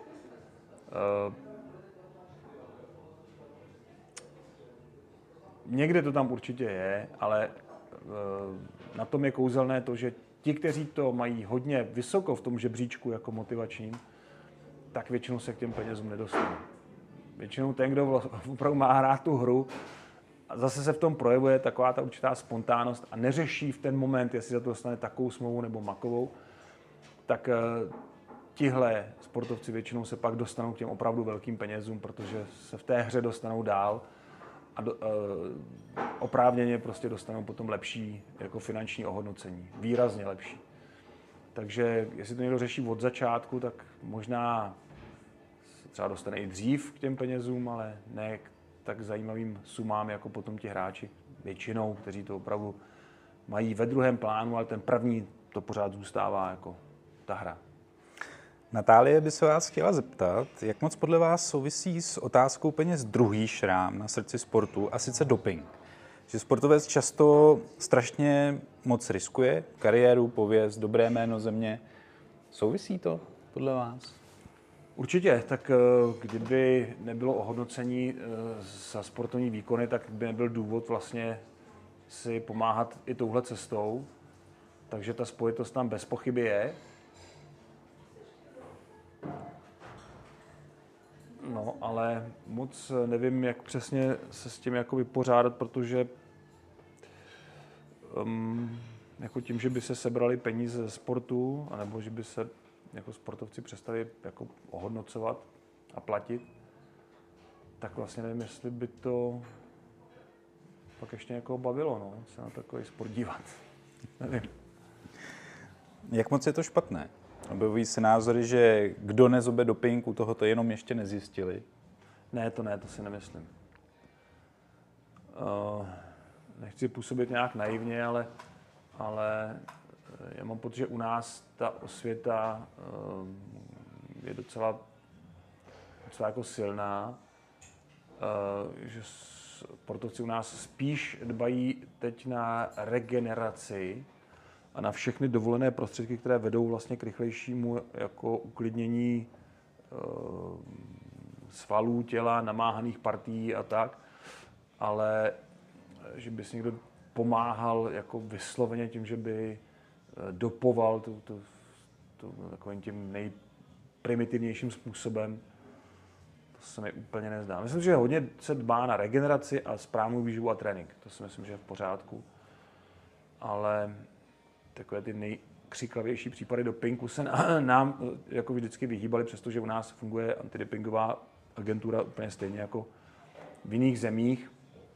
Někde to tam určitě je, ale na tom je kouzelné to, že ti, kteří to mají hodně vysoko v tom žebříčku jako motivačním, tak většinou se k těm penězům nedostanou. Většinou ten, kdo opravdu má hrát tu hru, a zase se v tom projevuje taková ta určitá spontánnost a neřeší v ten moment, jestli za to dostane takovou smlouvu nebo makovou, tak tihle sportovci většinou se pak dostanou k těm opravdu velkým penězům, protože se v té hře dostanou dál a oprávněně prostě dostanou potom lepší jako finanční ohodnocení, výrazně lepší. Takže jestli to někdo řeší od začátku, tak možná se třeba dostane i dřív k těm penězům, ale ne k tak zajímavým sumám jako potom ti hráči většinou, kteří to opravdu mají ve druhém plánu, ale ten první to pořád zůstává jako ta hra. Natálie by se vás chtěla zeptat, jak moc podle vás souvisí s otázkou peněz druhý šrám na srdci sportu, a sice doping. Že sportovec často strašně moc riskuje kariéru, pověst, dobré jméno země. Souvisí to podle vás? Určitě, tak kdyby nebylo ohodnocení za sportovní výkony, tak by nebyl důvod vlastně si pomáhat i touhle cestou. Takže ta spojitost tam bez pochyby je. No, ale moc nevím, jak přesně se s tím jako vypořádat, protože jako tím, že by se sebrali peníze ze sportu, anebo že by se jako sportovci přestali jako ohodnocovat a platit, tak vlastně nevím, jestli by to pak ještě někoho bavilo, no, se na takový sport dívat. Nevím. Jak moc je to špatné? Objevují se názory, že kdo nezobe doping, u toho to jenom ještě nezjistili. Ne, to si nemyslím. Nechci působit nějak naivně, ale já mám pocit, že u nás ta osvěta je docela jako silná, že sportovci u nás spíš dbají teď na regeneraci a na všechny dovolené prostředky, které vedou vlastně k rychlejšímu jako uklidnění svalů těla, namáhaných partií a tak, ale že by si někdo pomáhal jako vysloveně tím, že by dopoval takovým tím nejprimitivnějším způsobem, to se mi úplně nezdá. Myslím, že hodně se dbá na regeneraci a správnou výživu a trénink. To si myslím, že je v pořádku. Ale takové ty nejkřiklavější případy dopingu se nám jako vždycky vyhýbaly, přestože u nás funguje antidopingová agentura úplně stejně jako v jiných zemích.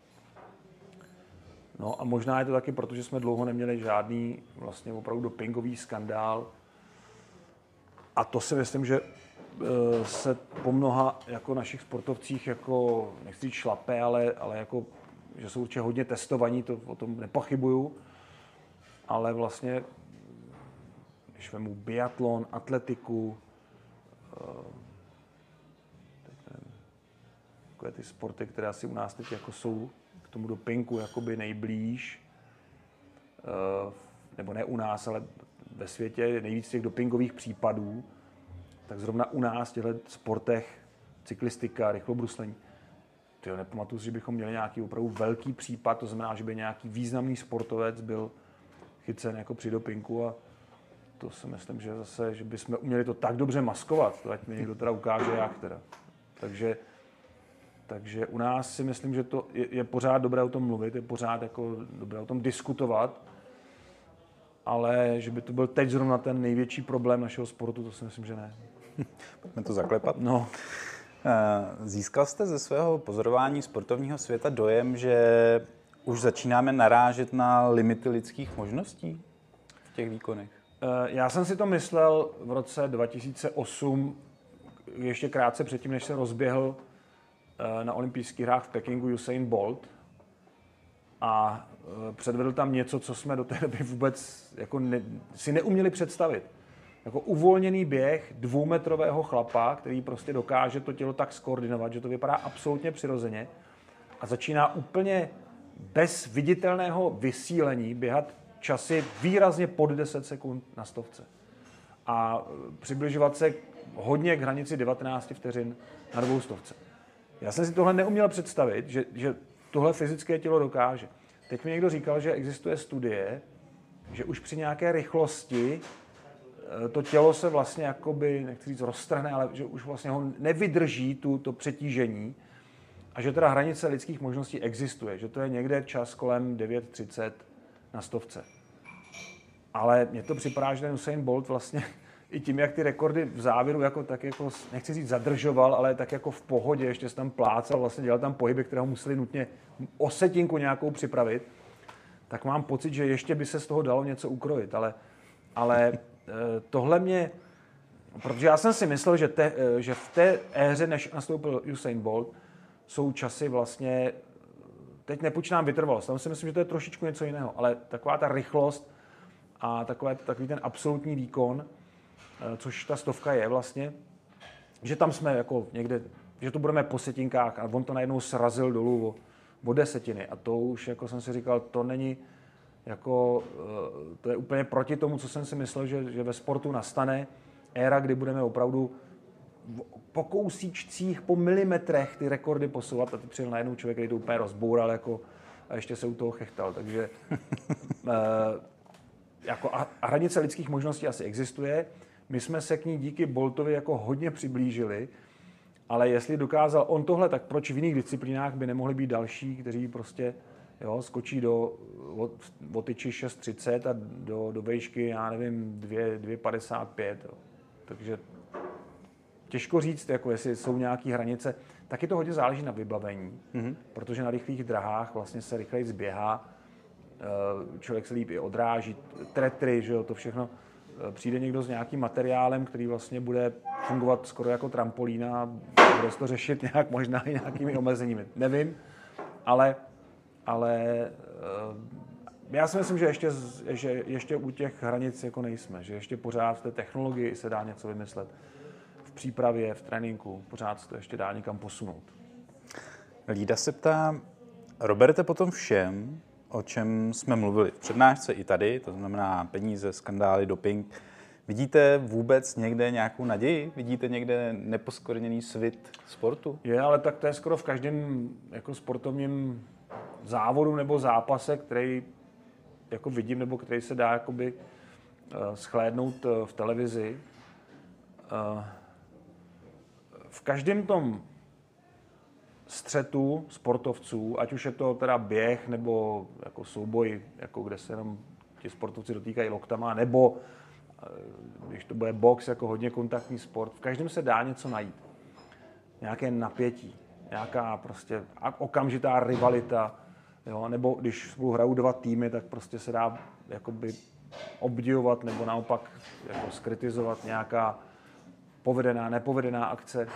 No a možná je to taky proto, že jsme dlouho neměli žádný vlastně opravdu dopingový skandál. A to si myslím, že se po mnoha jako našich sportovcích jako, nechci říct šlape, ale jako, že jsou určitě hodně testovaní, to o tom nepochybuju. Ale vlastně, když vemu biatlon, atletiku, takové ty sporty, které asi u nás teď jako jsou k tomu dopingu jakoby nejblíž, nebo ne u nás, ale ve světě je nejvíc těch dopingových případů, tak zrovna u nás v těchto sportech, cyklistika, rychlobruslení, nepamatuju si, že bychom měli nějaký opravdu velký případ, to znamená, že by nějaký významný sportovec byl chycen jako při dopingu a to si myslím, že zase, že bychom uměli to tak dobře maskovat, to ať mi někdo teda ukáže jak teda. Takže u nás si myslím, že to je pořád dobré o tom mluvit, je pořád jako dobré o tom diskutovat, ale že by to byl teď zrovna ten největší problém našeho sportu, to si myslím, že ne. Pojďme to zaklepat. No. Získal jste ze svého pozorování sportovního světa dojem, že už začínáme narážet na limity lidských možností v těch výkonech? Já jsem si to myslel v roce 2008, ještě krátce předtím, než se rozběhl na olympijských hrách v Pekingu Usain Bolt a předvedl tam něco, co jsme do té doby vůbec jako si neuměli představit. Jako uvolněný běh 2metrového chlapa, který prostě dokáže to tělo tak skoordinovat, že to vypadá absolutně přirozeně a začíná úplně bez viditelného vysílení běhat časy výrazně pod 10 sekund na stovce. A přibližovat se hodně k hranici 19 vteřin na 200. Já jsem si tohle neuměl představit, že tohle fyzické tělo dokáže. Teď mi někdo říkal, že existuje studie, že už při nějaké rychlosti to tělo se vlastně jakoby, nechci říct roztrhne, ale že už vlastně ho nevydrží to přetížení a že teda hranice lidských možností existuje, že to je někde čas kolem 9:30 na stovce. Ale mně to připadá, že ten Usain Bolt vlastně i tím, jak ty rekordy v závěru tak jako, nechci říct zadržoval, ale tak jako v pohodě, ještě se tam plácal, vlastně dělal tam pohyby, které ho museli nutně o setinku nějakou připravit, tak mám pocit, že ještě by se z toho dalo něco ukrojit, ale tohle mě, protože já jsem si myslel, že v té éře, než nastoupil Usain Bolt, jsou časy vlastně, teď nepočítám vytrvalost, tam si myslím, že to je trošičku něco jiného, ale taková ta rychlost a takový ten absolutní výkon, což ta stovka je vlastně, že tam jsme jako někde, že to budeme po setinkách a on to najednou srazil dolů o desetiny a to už jako jsem si říkal, to není jako, to je úplně proti tomu, co jsem si myslel, že ve sportu nastane éra, kdy budeme opravdu po kousíčcích, po milimetrech ty rekordy posouvat a ty přijel najednou člověk, který to úplně rozboural jako, a ještě se u toho chechtal, takže jako a hranice lidských možností asi existuje. My jsme se k ní díky Boltovi jako hodně přiblížili, ale jestli dokázal on tohle, tak proč v jiných disciplínách by nemohli být další, kteří prostě skočí o tyči 6,30 a do vejšky, já nevím, 2,55. Takže těžko říct, jako jestli jsou nějaké hranice. Taky to hodně záleží na vybavení, protože na rychlých drahách vlastně se rychleji zběhá, člověk se líp i odráží, tretry, že jo, to všechno. Přijde někdo s nějakým materiálem, který vlastně bude fungovat skoro jako trampolína a bude se to řešit nějak možná i nějakými omezeními. Nevím, ale já si myslím, že ještě u těch hranic jako nejsme, že ještě pořád v té technologii se dá něco vymyslet. V přípravě, v tréninku, pořád se to ještě dá někam posunout. Lída se ptá, Roberte, potom všem, o čem jsme mluvili v přednášce i tady, to znamená peníze, skandály, doping, Vidíte vůbec někde nějakou naději? Vidíte někde neposkvrněný svit sportu? Je, ale tak to je skoro v každém jako sportovním závodu nebo zápase, který jako vidím, nebo který se dá jakoby shlédnout v televizi. V každém tom střetu sportovců, ať už je to teda běh nebo jako souboj, jako kde se jenom ti sportovci dotýkají loktama, nebo když to bude box, jako hodně kontaktní sport, v každém se dá něco najít. Nějaké napětí, nějaká prostě okamžitá rivalita, jo? Nebo když spolu hrajou dva týmy, tak prostě se dá jakoby obdivovat nebo naopak jako skritizovat nějaká povedená, nepovedená akce.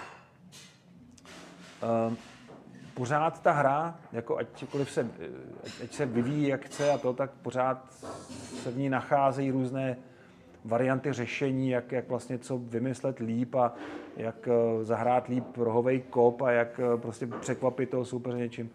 Pořád ta hra, jako ať se vyvíjí jak chce a to, tak pořád se v ní nacházejí různé varianty řešení, jak vlastně co vymyslet líp a jak zahrát líp rohovej kop a jak prostě překvapit toho soupeře něčím.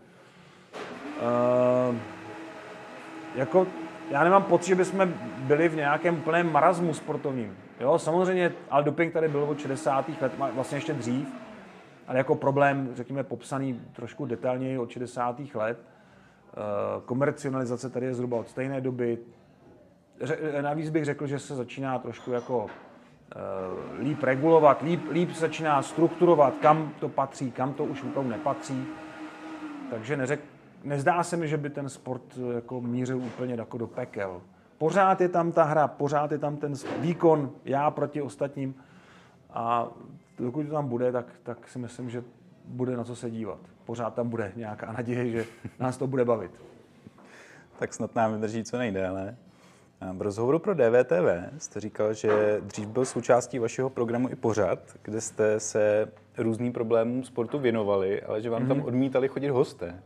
Jako já nemám pocit, že bychom byli v nějakém plném marazmu sportovním. Jo, samozřejmě, ale doping tady byl od 60. let, vlastně ještě dřív, ale jako problém, řekněme, popsaný trošku detailněji od 60. let. Komercionalizace tady je zhruba od stejné doby. Navíc bych řekl, že se začíná trošku jako líp regulovat, líp začíná strukturovat, kam to patří, kam to už úplně nepatří. Takže nezdá se mi, že by ten sport jako mířil úplně jako do pekel. Pořád je tam ta hra, pořád je tam ten výkon, já proti ostatním. A dokud to tam bude, tak si myslím, že bude na co se dívat. Pořád tam bude nějaká naděje, že nás to bude bavit. Tak snad nám vydrží co nejdéle. V rozhovoru pro DVTV jste říkal, že dřív byl součástí vašeho programu i pořad, kde jste se různým problémům sportu věnovali, ale že vám tam odmítali chodit hosté.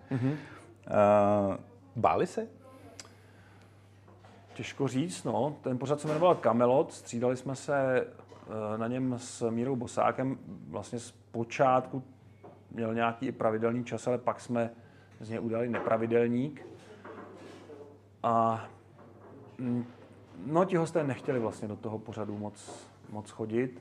Báli se? Těžko říct, no. Ten pořad se jmenoval Kamelot, střídali jsme se na něm s Mírou Bosákem. Vlastně z počátku měl nějaký i pravidelný čas, ale pak jsme z něj udělali nepravidelník. A no, ti hosté nechtěli vlastně do toho pořadu moc chodit.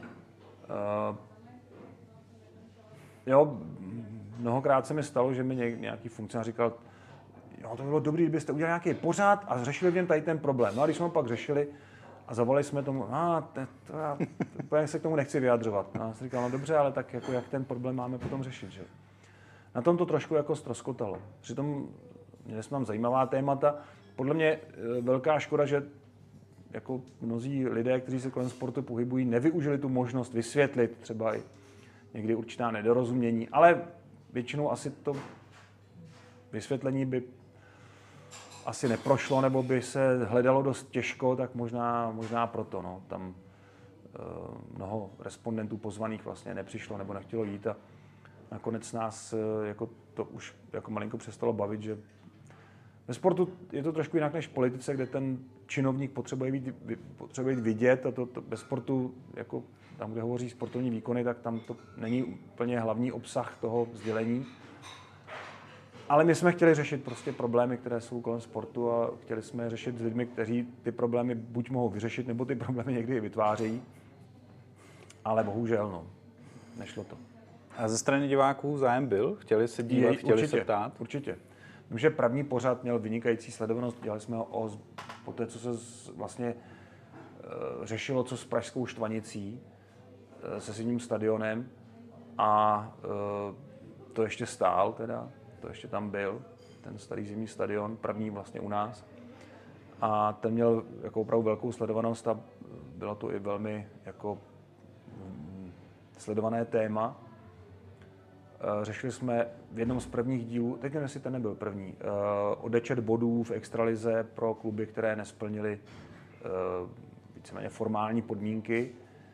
Jo, mnohokrát se mi stalo, že mi nějaký funkcionář říkal, jo, to by bylo dobré, kdybyste udělali nějaký pořad a řešili v něm tady ten problém. No a když jsme ho pak řešili a zavolali jsme tomu, já se k tomu nechci vyjadřovat. No, a já jsem říkal, no dobře, ale tak jako jak ten problém máme potom řešit, že? Na tom to trošku jako ztroskotalo. Přitom měli jsme tam zajímavá témata. Podle mě velká škoda, že jako mnozí lidé, kteří se kolem sportu pohybují, nevyužili tu možnost vysvětlit třeba i někdy určitá nedorozumění, ale většinou asi to vysvětlení by asi neprošlo, nebo by se hledalo dost těžko, tak možná proto. No. Tam mnoho respondentů pozvaných vlastně nepřišlo nebo nechtělo jít a nakonec nás jako to už jako malinko přestalo bavit, že ve sportu je to trošku jinak než v politice, kde ten činovník potřebuje být vidět a to ve sportu, jako tam, kde hovoří sportovní výkony, tak tam to není úplně hlavní obsah toho sdělení. Ale my jsme chtěli řešit prostě problémy, které jsou kolem sportu a chtěli jsme je řešit s lidmi, kteří ty problémy buď mohou vyřešit, nebo ty problémy někdy i vytvářejí. Ale bohužel, no, nešlo to. A ze strany diváků zájem byl? Chtěli se dívat, chtěli se ptát? Určitě. Vím, že první pořad měl vynikající sledovanost. Dělali jsme ho po té, co se vlastně řešilo, co s pražskou Štvanicí, se zimním stadionem. A to ještě stál teda, to ještě tam byl, ten starý zimní stadion, první vlastně u nás. A ten měl jako opravdu velkou sledovanost a bylo to i velmi jako sledované téma. Řešili jsme v jednom z prvních dílů, teď nevím, jestli ten nebyl první, odečet bodů v extralize pro kluby, které nesplnily víceméně formální podmínky.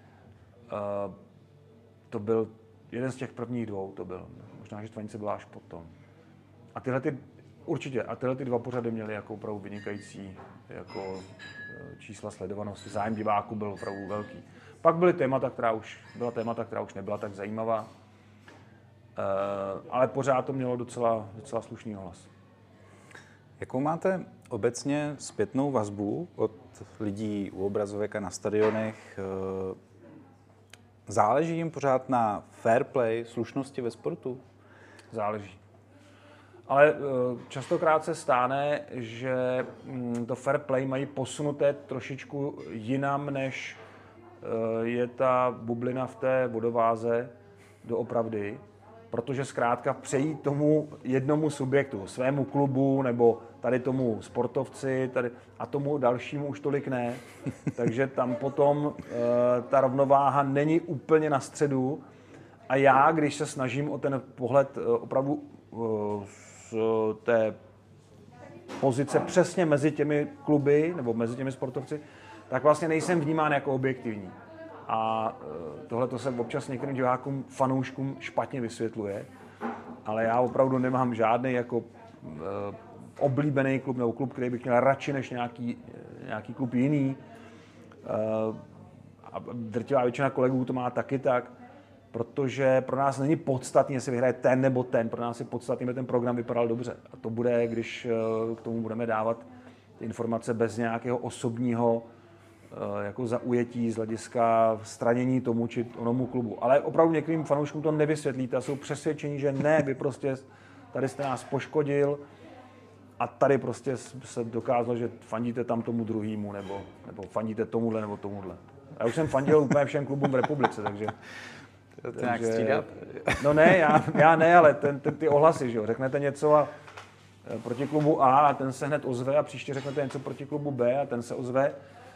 To byl jeden z těch prvních dvou, to byl. Možná, že Štvanice byla až potom. A tyhle dva pořady měly jako opravdu vynikající jako čísla sledovanosti. Zájem diváků byl opravdu velký. Pak byla témata, která už nebyla tak zajímavá. Ale pořád to mělo docela slušný hlas. Jakou máte obecně zpětnou vazbu od lidí u obrazovek a na stadionech? Záleží jim pořád na fair play, slušnosti ve sportu? Záleží. Ale častokrát se stane, že to fair play mají posunuté trošičku jinam, než je ta bublina v té vodováze doopravdy, protože zkrátka přejít tomu jednomu subjektu, svému klubu nebo tady tomu sportovci a tomu dalšímu už tolik ne. Takže tam potom ta rovnováha není úplně na středu a já, když se snažím o ten pohled opravdu z té pozice přesně mezi těmi kluby nebo mezi těmi sportovci, tak vlastně nejsem vnímán jako objektivní. A tohle to se občas některým divákům, fanouškům špatně vysvětluje, ale já opravdu nemám žádný jako oblíbený klub nebo klub, který bych měl radši než nějaký klub jiný. A drtivá většina kolegů to má taky tak, protože pro nás není podstatný, jestli vyhraje ten nebo ten, pro nás je podstatný, aby ten program vypadal dobře. A to bude, když k tomu budeme dávat informace bez nějakého osobního jako zaujetí z hlediska stranění tomu či onomu klubu. Ale opravdu některým fanouškům to nevysvětlíte a jsou přesvědčení, že ne, vy prostě tady jste nás poškodil a tady prostě se dokázalo, že fandíte tam tomu druhému nebo fandíte tomuhle nebo tomuhle. Já už jsem fandil úplně všem klubům v republice, takže... To nějak střídat? No ne, já ne, ale ty ohlasy, že jo, řeknete něco a proti klubu A ten se hned ozve a příště řeknete něco proti klubu B a ten se ozve.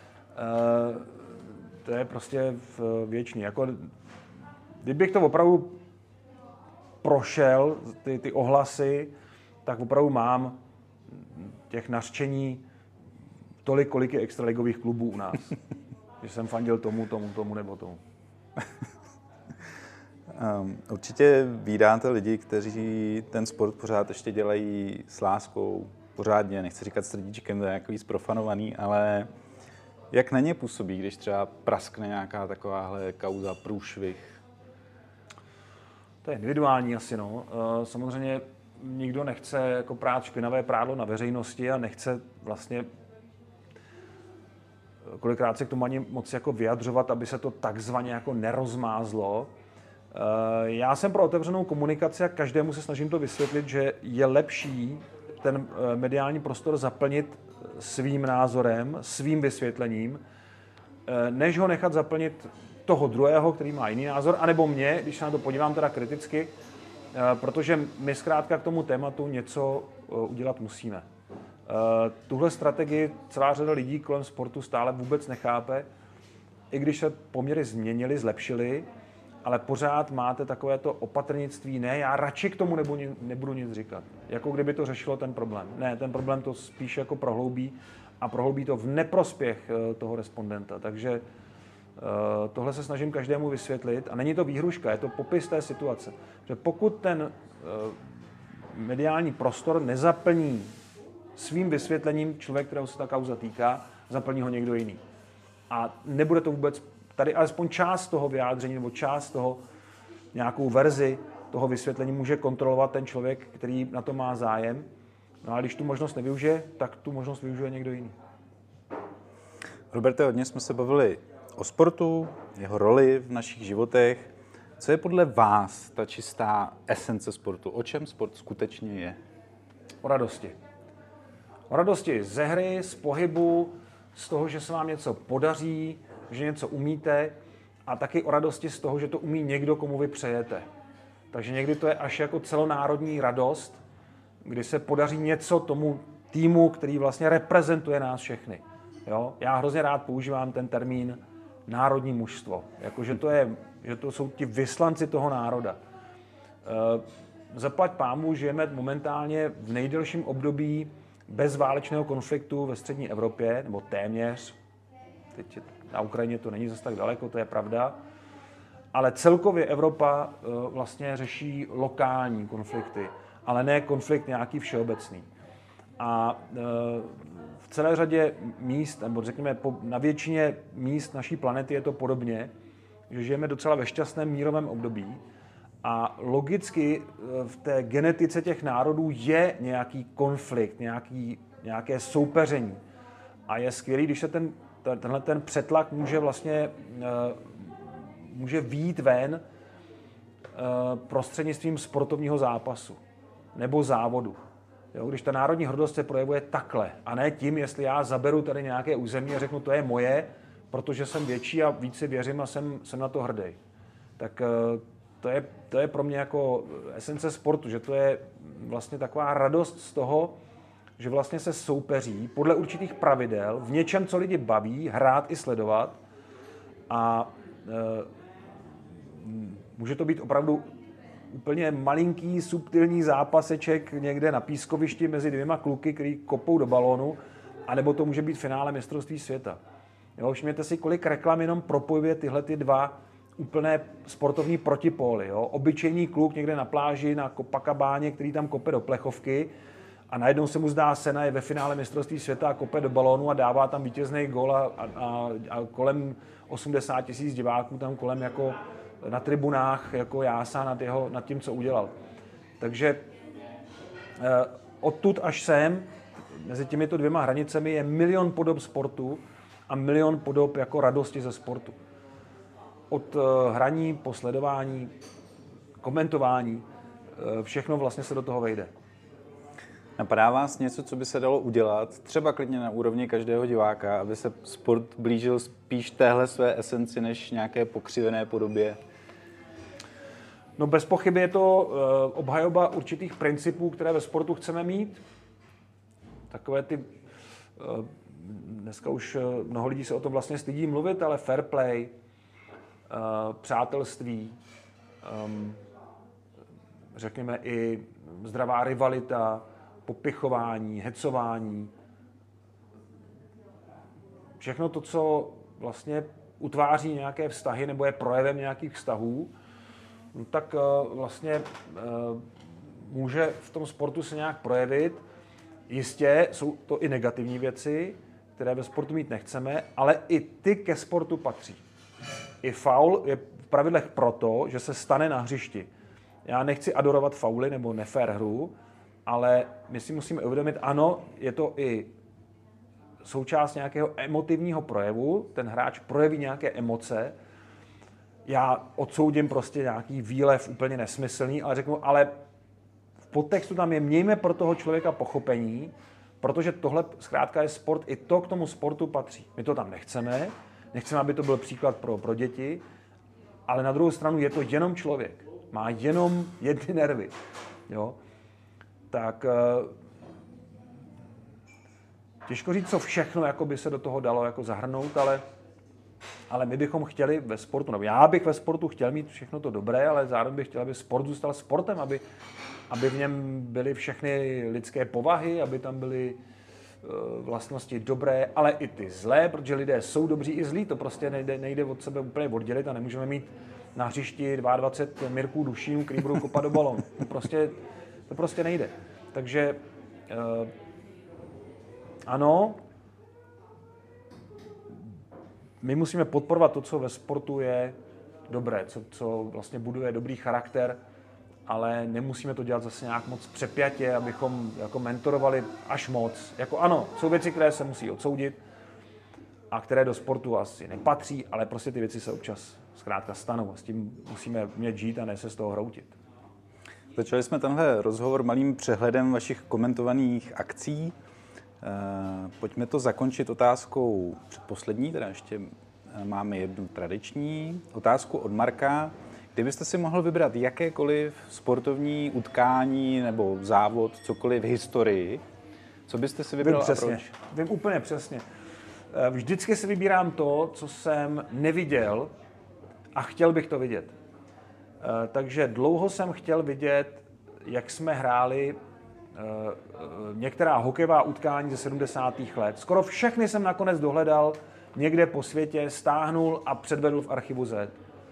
To je prostě věčný. Jako, kdybych to opravdu prošel, ty ohlasy, tak opravdu mám těch nařčení tolik, kolik je extraligových klubů u nás. Že jsem fandil tomu nebo tomu. Určitě vídáte lidi, kteří ten sport pořád ještě dělají s láskou, pořádně, nechci říkat srdíčkem, to je takový zprofanovaný, ale jak na ně působí, když třeba praskne nějaká takováhle kauza, průšvih? To je individuální asi, no. Samozřejmě nikdo nechce jako prát špinavé prádlo na veřejnosti a nechce vlastně kolikrát se k tomu ani moc jako vyjadřovat, aby se to takzvaně jako nerozmázlo. Já jsem pro otevřenou komunikaci a každému se snažím to vysvětlit, že je lepší ten mediální prostor zaplnit svým názorem, svým vysvětlením, než ho nechat zaplnit toho druhého, který má jiný názor, anebo mě, když se na to podívám teda kriticky, protože my zkrátka k tomu tématu něco udělat musíme. Tuhle strategii celá řada lidí kolem sportu stále vůbec nechápe, i když se poměry změnily, zlepšily, ale pořád máte takovéto opatrnictví, ne, já radši k tomu nebudu nic říkat. Jako kdyby to řešilo ten problém. Ne, ten problém to spíš jako prohloubí a prohloubí to v neprospěch toho respondenta. Takže tohle se snažím každému vysvětlit a není to výhruška, je to popis té situace. Že pokud ten mediální prostor nezaplní svým vysvětlením člověk, kterého se ta kauza týká, zaplní ho někdo jiný. A nebude to vůbec, tady alespoň část toho vyjádření nebo část toho, nějakou verzi toho vysvětlení může kontrolovat ten člověk, který na to má zájem. No a když tu možnost nevyužije, tak tu možnost využije někdo jiný. Roberte, hodně jsme se bavili o sportu, jeho roli v našich životech. Co je podle vás ta čistá esence sportu? O čem sport skutečně je? O radosti. O radosti ze hry, z pohybu, z toho, že se vám něco podaří, že něco umíte a taky o radosti z toho, že to umí někdo, komu vy přejete. Takže někdy to je až jako celonárodní radost, kdy se podaří něco tomu týmu, který vlastně reprezentuje nás všechny. Jo? Já hrozně rád používám ten termín národní mužstvo. Jakože že to jsou ti vyslanci toho národa. Zaplať pánbůh, žijeme momentálně v nejdelším období bez válečného konfliktu ve střední Evropě, nebo téměř. Teď na Ukrajině to není zase tak daleko, to je pravda. Ale celkově Evropa vlastně řeší lokální konflikty, ale ne konflikt nějaký všeobecný. A v celé řadě míst, nebo řekněme na většině míst naší planety je to podobně, že žijeme docela ve šťastném mírovém období A logicky v té genetice těch národů je nějaký konflikt, nějaké soupeření. A je skvělý, když se tenhle přetlak může vyjít ven prostřednictvím sportovního zápasu nebo závodu. Jo, když ta národní hrdost se projevuje takhle a ne tím, jestli já zaberu tady nějaké území a řeknu, to je moje, protože jsem větší a víc si věřím a jsem na to hrdý. Tak to je pro mě jako esence sportu, že to je vlastně taková radost z toho, že vlastně se soupeří podle určitých pravidel v něčem, co lidi baví, hrát i sledovat. A může to být opravdu úplně malinký, subtilní zápaseček někde na pískovišti mezi dvěma kluky, který kopou do balónu, anebo to může být finále mistrovství světa. Jo, všimněte si, kolik reklam jenom propojuje tyhle ty dva úplné sportovní protipóly. Jo. Obyčejný kluk někde na pláži, na Copacabáně, který tam kope do plechovky a najednou se mu zdá Senna je ve finále mistrovství světa a kope do balónu a dává tam vítězný gól a kolem 80 000 diváků tam kolem jako na tribunách jako jásá nad tím, co udělal. Takže odtud až sem, mezi těmito dvěma hranicemi je milion podob sportu a milion podob jako radosti ze sportu. Od hraní po sledování, komentování, všechno vlastně se do toho vejde. Napadá vás něco, co by se dalo udělat, třeba klidně na úrovni každého diváka, aby se sport blížil spíš téhle své esenci, než nějaké pokřivené podobě? No bez pochyby je to obhajoba určitých principů, které ve sportu chceme mít. Takové ty, dneska už mnoho lidí se o tom vlastně stydí mluvit, ale fair play, přátelství, řekněme i zdravá rivalita, popichování, hecování. Všechno to, co vlastně utváří nějaké vztahy nebo je projevem nějakých vztahů, no tak vlastně může v tom sportu se nějak projevit. Jistě jsou to i negativní věci, které ve sportu mít nechceme, ale i ty ke sportu patří. I faul je v pravidlech proto, že se stane na hřišti. Já nechci adorovat fauly nebo nefér hru, ale my si musíme uvědomit, ano, je to i součást nějakého emotivního projevu, ten hráč projeví nějaké emoce, já odsoudím prostě nějaký výlev úplně nesmyslný, ale řeknu, ale v podtextu tam je, mějme pro toho člověka pochopení, protože tohle zkrátka je sport, i to k tomu sportu patří. My to tam nechceme, aby to byl příklad pro děti, ale na druhou stranu je to jenom člověk, má jenom jedny nervy, jo. Tak těžko říct, co všechno jako by se do toho dalo jako zahrnout, ale my bychom chtěli ve sportu, nebo já bych ve sportu chtěl mít všechno to dobré, ale zároveň bych chtěl, aby sport zůstal sportem, aby v něm byly všechny lidské povahy, aby tam byly vlastnosti dobré, ale i ty zlé, protože lidé jsou dobří i zlí, to prostě nejde od sebe úplně oddělit a nemůžeme mít na hřišti 22 Mirků Dušínů, který budou kopat do balónu. To prostě nejde. Takže ano, my musíme podporovat to, co ve sportu je dobré, co vlastně buduje dobrý charakter, ale nemusíme to dělat zase nějak moc přepjatě, abychom jako mentorovali až moc. Jako ano, jsou věci, které se musí odsoudit a které do sportu asi nepatří, ale prostě ty věci se občas zkrátka stanou a s tím musíme umět žít a ne se z toho hroutit. Začali jsme tenhle rozhovor malým přehledem vašich komentovaných akcí. Pojďme to zakončit otázkou předposlední, teda ještě máme jednu tradiční otázku od Marka. Kdybyste si mohl vybrat jakékoliv sportovní utkání nebo závod, cokoliv v historii, co byste si vybral a proč? Vím úplně přesně. Vždycky si vybírám to, co jsem neviděl a chtěl bych to vidět. Takže dlouho jsem chtěl vidět, jak jsme hráli některá hokejová utkání ze 70. let. Skoro všechny jsem nakonec dohledal někde po světě, stáhnul a předvedl v archivu Z.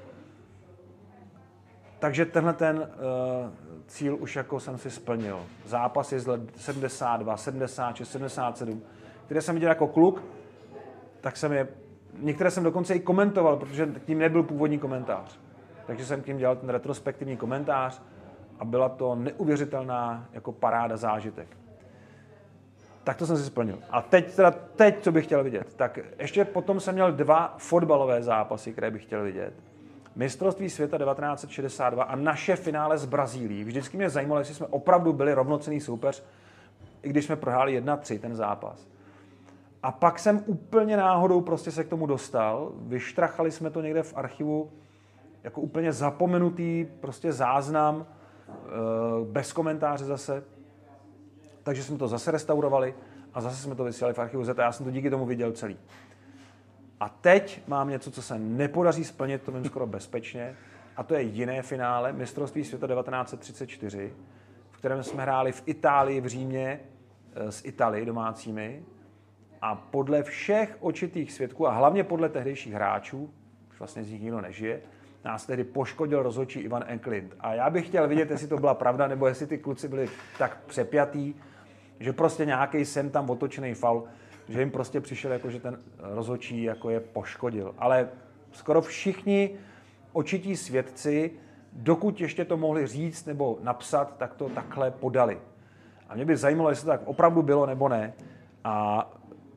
Takže tenhle ten cíl už jako jsem si splnil. Zápasy z let 72, 76, 77, které jsem viděl jako kluk, tak jsem některé jsem dokonce i komentoval, protože k ním nebyl původní komentář. takže jsem tím dělal ten retrospektivní komentář a byla to neuvěřitelná jako paráda zážitek. Tak to jsem si splnil. A teď, co bych chtěl vidět, tak ještě potom jsem měl 2 fotbalové zápasy, které bych chtěl vidět. Mistrovství světa 1962 a naše finále s Brazílií. Vždycky mě zajímalo, jestli jsme opravdu byli rovnocenný soupeř, i když jsme prohráli 1-3 ten zápas. A pak jsem úplně náhodou prostě se k tomu dostal. Vyštrachali jsme to někde v archivu jako úplně zapomenutý prostě záznam, bez komentáře zase. Takže jsme to zase restaurovali a zase jsme to vysílali v archivu Z a já jsem to díky tomu viděl celý. A teď mám něco, co se nepodaří splnit, to vím skoro bezpečně, a to je jiné finále, mistrovství světa 1934, v kterém jsme hráli v Itálii, v Římě, s Italii domácími a podle všech očitých svědků a hlavně podle tehdejších hráčů, už vlastně z nich nikdo nežije, nás tehdy poškodil rozhodčí Ivan Enklint. A já bych chtěl vidět, jestli to byla pravda, nebo jestli ty kluci byli tak přepjatý, že prostě nějaký sem tam otočený faul, že jim prostě přišel, jako, že ten rozhodčí jako je poškodil. Ale skoro všichni očití svědci, dokud ještě to mohli říct nebo napsat, tak to takhle podali. A mě by zajímalo, jestli to tak opravdu bylo nebo ne. A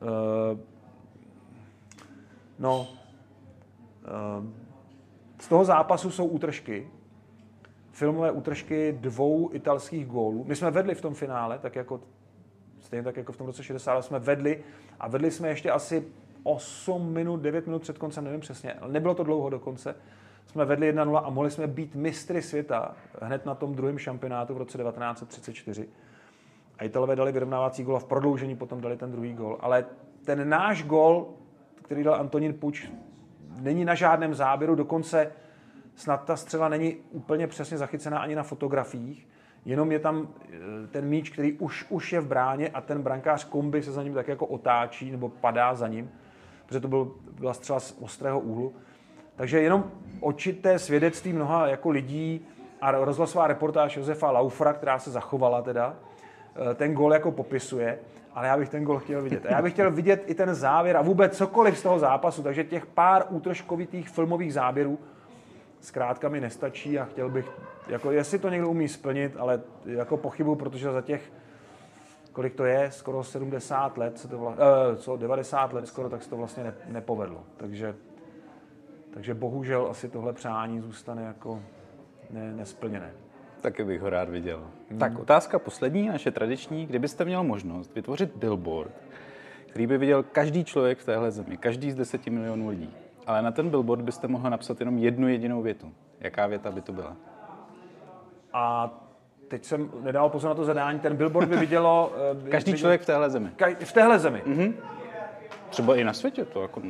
z toho zápasu jsou útržky, filmové útržky 2 italských gólů. My jsme vedli v tom finále, stejně tak jako v tom roce 60 jsme vedli a vedli jsme ještě asi 8 minut, 9 minut před koncem, nevím přesně, ale nebylo to dlouho do konce. Jsme vedli 1-0 a mohli jsme být mistry světa hned na tom druhém šampionátu v roce 1934. A Italové dali vyrovnávací gól a v prodloužení potom dali ten druhý gól. Ale ten náš gól, který dal Antonín Puč, není na žádném záběru, dokonce snad ta střela není úplně přesně zachycená ani na fotografiích, jenom je tam ten míč, který už je v bráně a ten brankář Kombi se za ním tak jako otáčí nebo padá za ním, protože to byla střela z ostrého úhlu. Takže jenom očité svědectví mnoha jako lidí a rozhlasová reportáž Josefa Laufera, která se zachovala teda, ten gól jako popisuje, ale já bych ten gól chtěl vidět. A já bych chtěl vidět i ten závěr a vůbec cokoliv z toho zápasu, takže těch pár útržkovitých filmových záběrů zkrátka mi nestačí a chtěl bych, jako jestli to někdo umí splnit, ale jako pochybuju, protože za těch, kolik to je, skoro 70 let, 90 let skoro, tak se to vlastně nepovedlo. Takže bohužel asi tohle přání zůstane jako nesplněné. Taky bych ho rád viděl. Tak otázka poslední, naše tradiční. Kdybyste měl možnost vytvořit billboard, který by viděl každý člověk v téhle zemi, každý z 10 milionů lidí, ale na ten billboard byste mohl napsat jenom jednu jedinou větu. Jaká věta by to byla? A teď jsem nedal pozor na to zadání, ten billboard by vidělo... Každý člověk v téhle zemi. V téhle zemi? Mhm. Třeba i na světě to jako...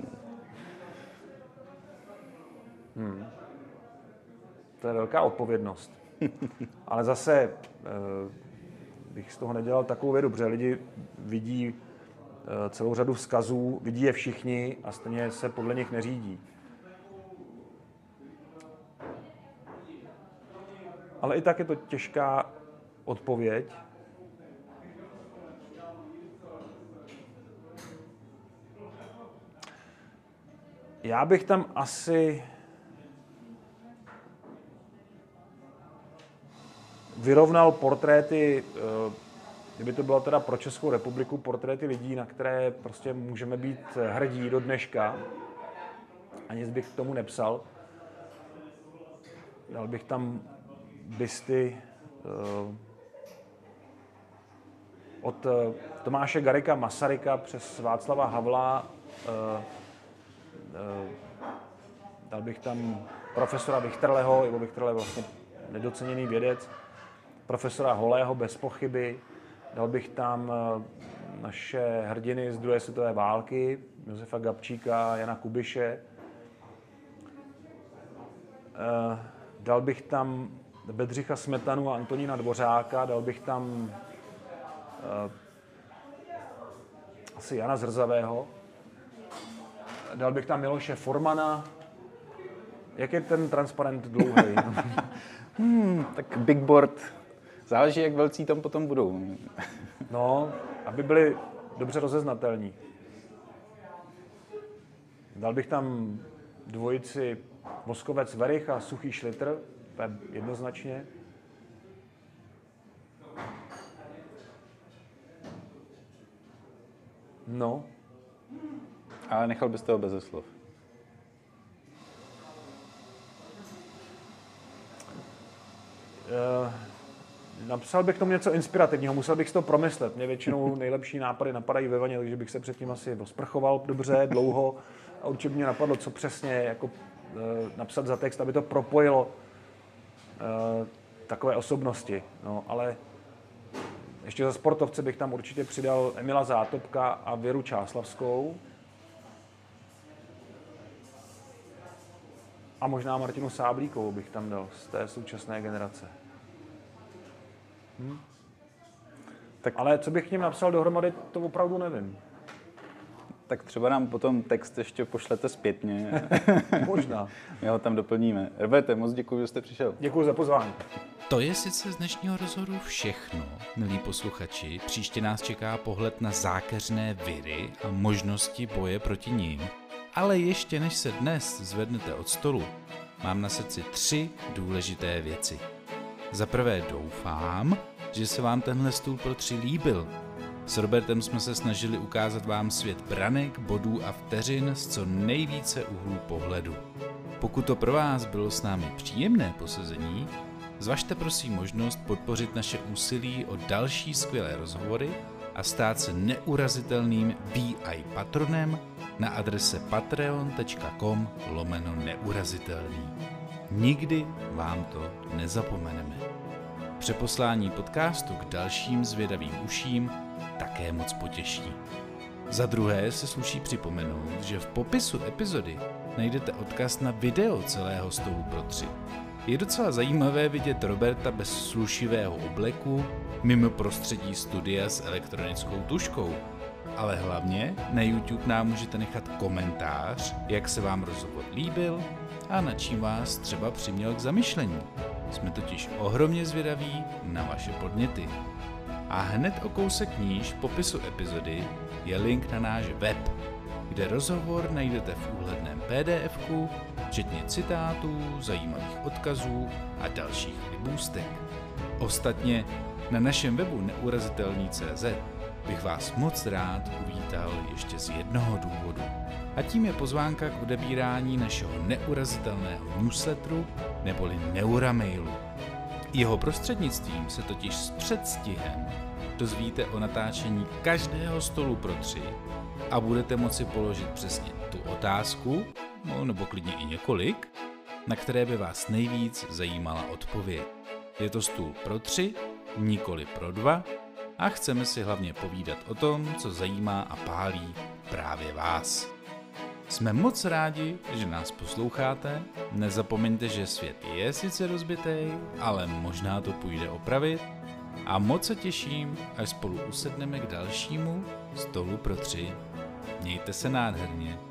To je velká odpovědnost. Ale zase bych z toho nedělal takovou vědu, protože lidi vidí celou řadu vzkazů, vidí je všichni a stejně se podle nich neřídí. Ale i tak je to těžká odpověď. Já bych tam asi vyrovnal portréty, kdyby to bylo teda pro Českou republiku, portréty lidí, na které prostě můžeme být hrdí do dneška. A nic bych k tomu nepsal. Dal bych tam busty od Tomáše Garrigua Masaryka přes Václava Havla. Dal bych tam profesora Vichterleho, Ivo Vichterle vlastně nedoceněný vědec, profesora Holého bez pochyby. Dal bych tam naše hrdiny z druhé světové války, Josefa Gabčíka, Jana Kubiše. Dal bych tam Bedřicha Smetanu a Antonína Dvořáka, dal bych tam asi Jana Zrzavého, dal bych tam Miloše Formana. Jak je ten transparent dlouhý? Tak big board. Záleží, jak velcí tam potom budou. No, aby byli dobře rozeznatelní. Dal bych tam dvojici Moskovec Werich a Suchý Šlitr, to je jednoznačně. No. Ale nechal byste ho beze slov. Napsal bych tomu něco inspirativního, musel bych si to promyslet. Mě většinou nejlepší nápady napadají ve vaně, takže bych se předtím asi osprchoval dobře, dlouho a určitě mě napadlo, co přesně jako napsat za text, aby to propojilo takové osobnosti. No, ale ještě za sportovce bych tam určitě přidal Emila Zátopka a Věru Čáslavskou. A možná Martinu Sáblíkovou bych tam dal z té současné generace. Tak. Ale co bych k ním napsal dohromady, to opravdu nevím. Tak třeba nám potom text ještě pošlete zpětně. Možná. My ho tam doplníme. Roberte, moc děkuji, že jste přišel. Děkuji za pozvání. To je sice z dnešního rozhovoru všechno, milí posluchači. Příště nás čeká pohled na zákeřné viry a možnosti boje proti nim. Ale ještě než se dnes zvednete od stolu, mám na srdci 3 důležité věci. Za prvé doufám, že se vám tenhle stůl pro 3 líbil. S Robertem jsme se snažili ukázat vám svět branek, bodů a vteřin z co nejvíce úhlů pohledu. Pokud to pro vás bylo s námi příjemné posezení, zvažte prosím možnost podpořit naše úsilí o další skvělé rozhovory a stát se neurazitelným VI patronem na adrese patreon.com/neurazitelný. Nikdy vám to nezapomeneme. Přeposlání podcastu k dalším zvědavým uším také moc potěší. Za druhé se sluší připomenout, že v popisu epizody najdete odkaz na video celého Stolu pro 3. Je docela zajímavé vidět Roberta bez slušivého obleku, mimo prostředí studia s elektronickou tužkou. Ale hlavně na YouTube nám můžete nechat komentář, jak se vám rozhovor líbil a na čím vás třeba přiměl k zamyšlení. Jsme totiž ohromně zvědaví na vaše podněty. A hned o kousek níž v popisu epizody je link na náš web, kde rozhovor najdete v úhledném PDF-ku, včetně citátů, zajímavých odkazů a dalších libůstek. Ostatně na našem webu neurazitelný.cz bych vás moc rád uvítal ještě z jednoho důvodu. A tím je pozvánka k odebírání našeho neurazitelného newsletteru neboli Neuramailu. Jeho prostřednictvím se totiž s předstihem dozvíte o natáčení každého Stolu pro 3 a budete moci položit přesně tu otázku, nebo klidně i několik, na které by vás nejvíc zajímala odpověď. Je to stůl pro 3, nikoli pro 2 a chceme si hlavně povídat o tom, co zajímá a pálí právě vás. Jsme moc rádi, že nás posloucháte, nezapomeňte, že svět je sice rozbitý, ale možná to půjde opravit a moc se těším, až spolu usedneme k dalšímu Stolu pro 3. Mějte se nádherně.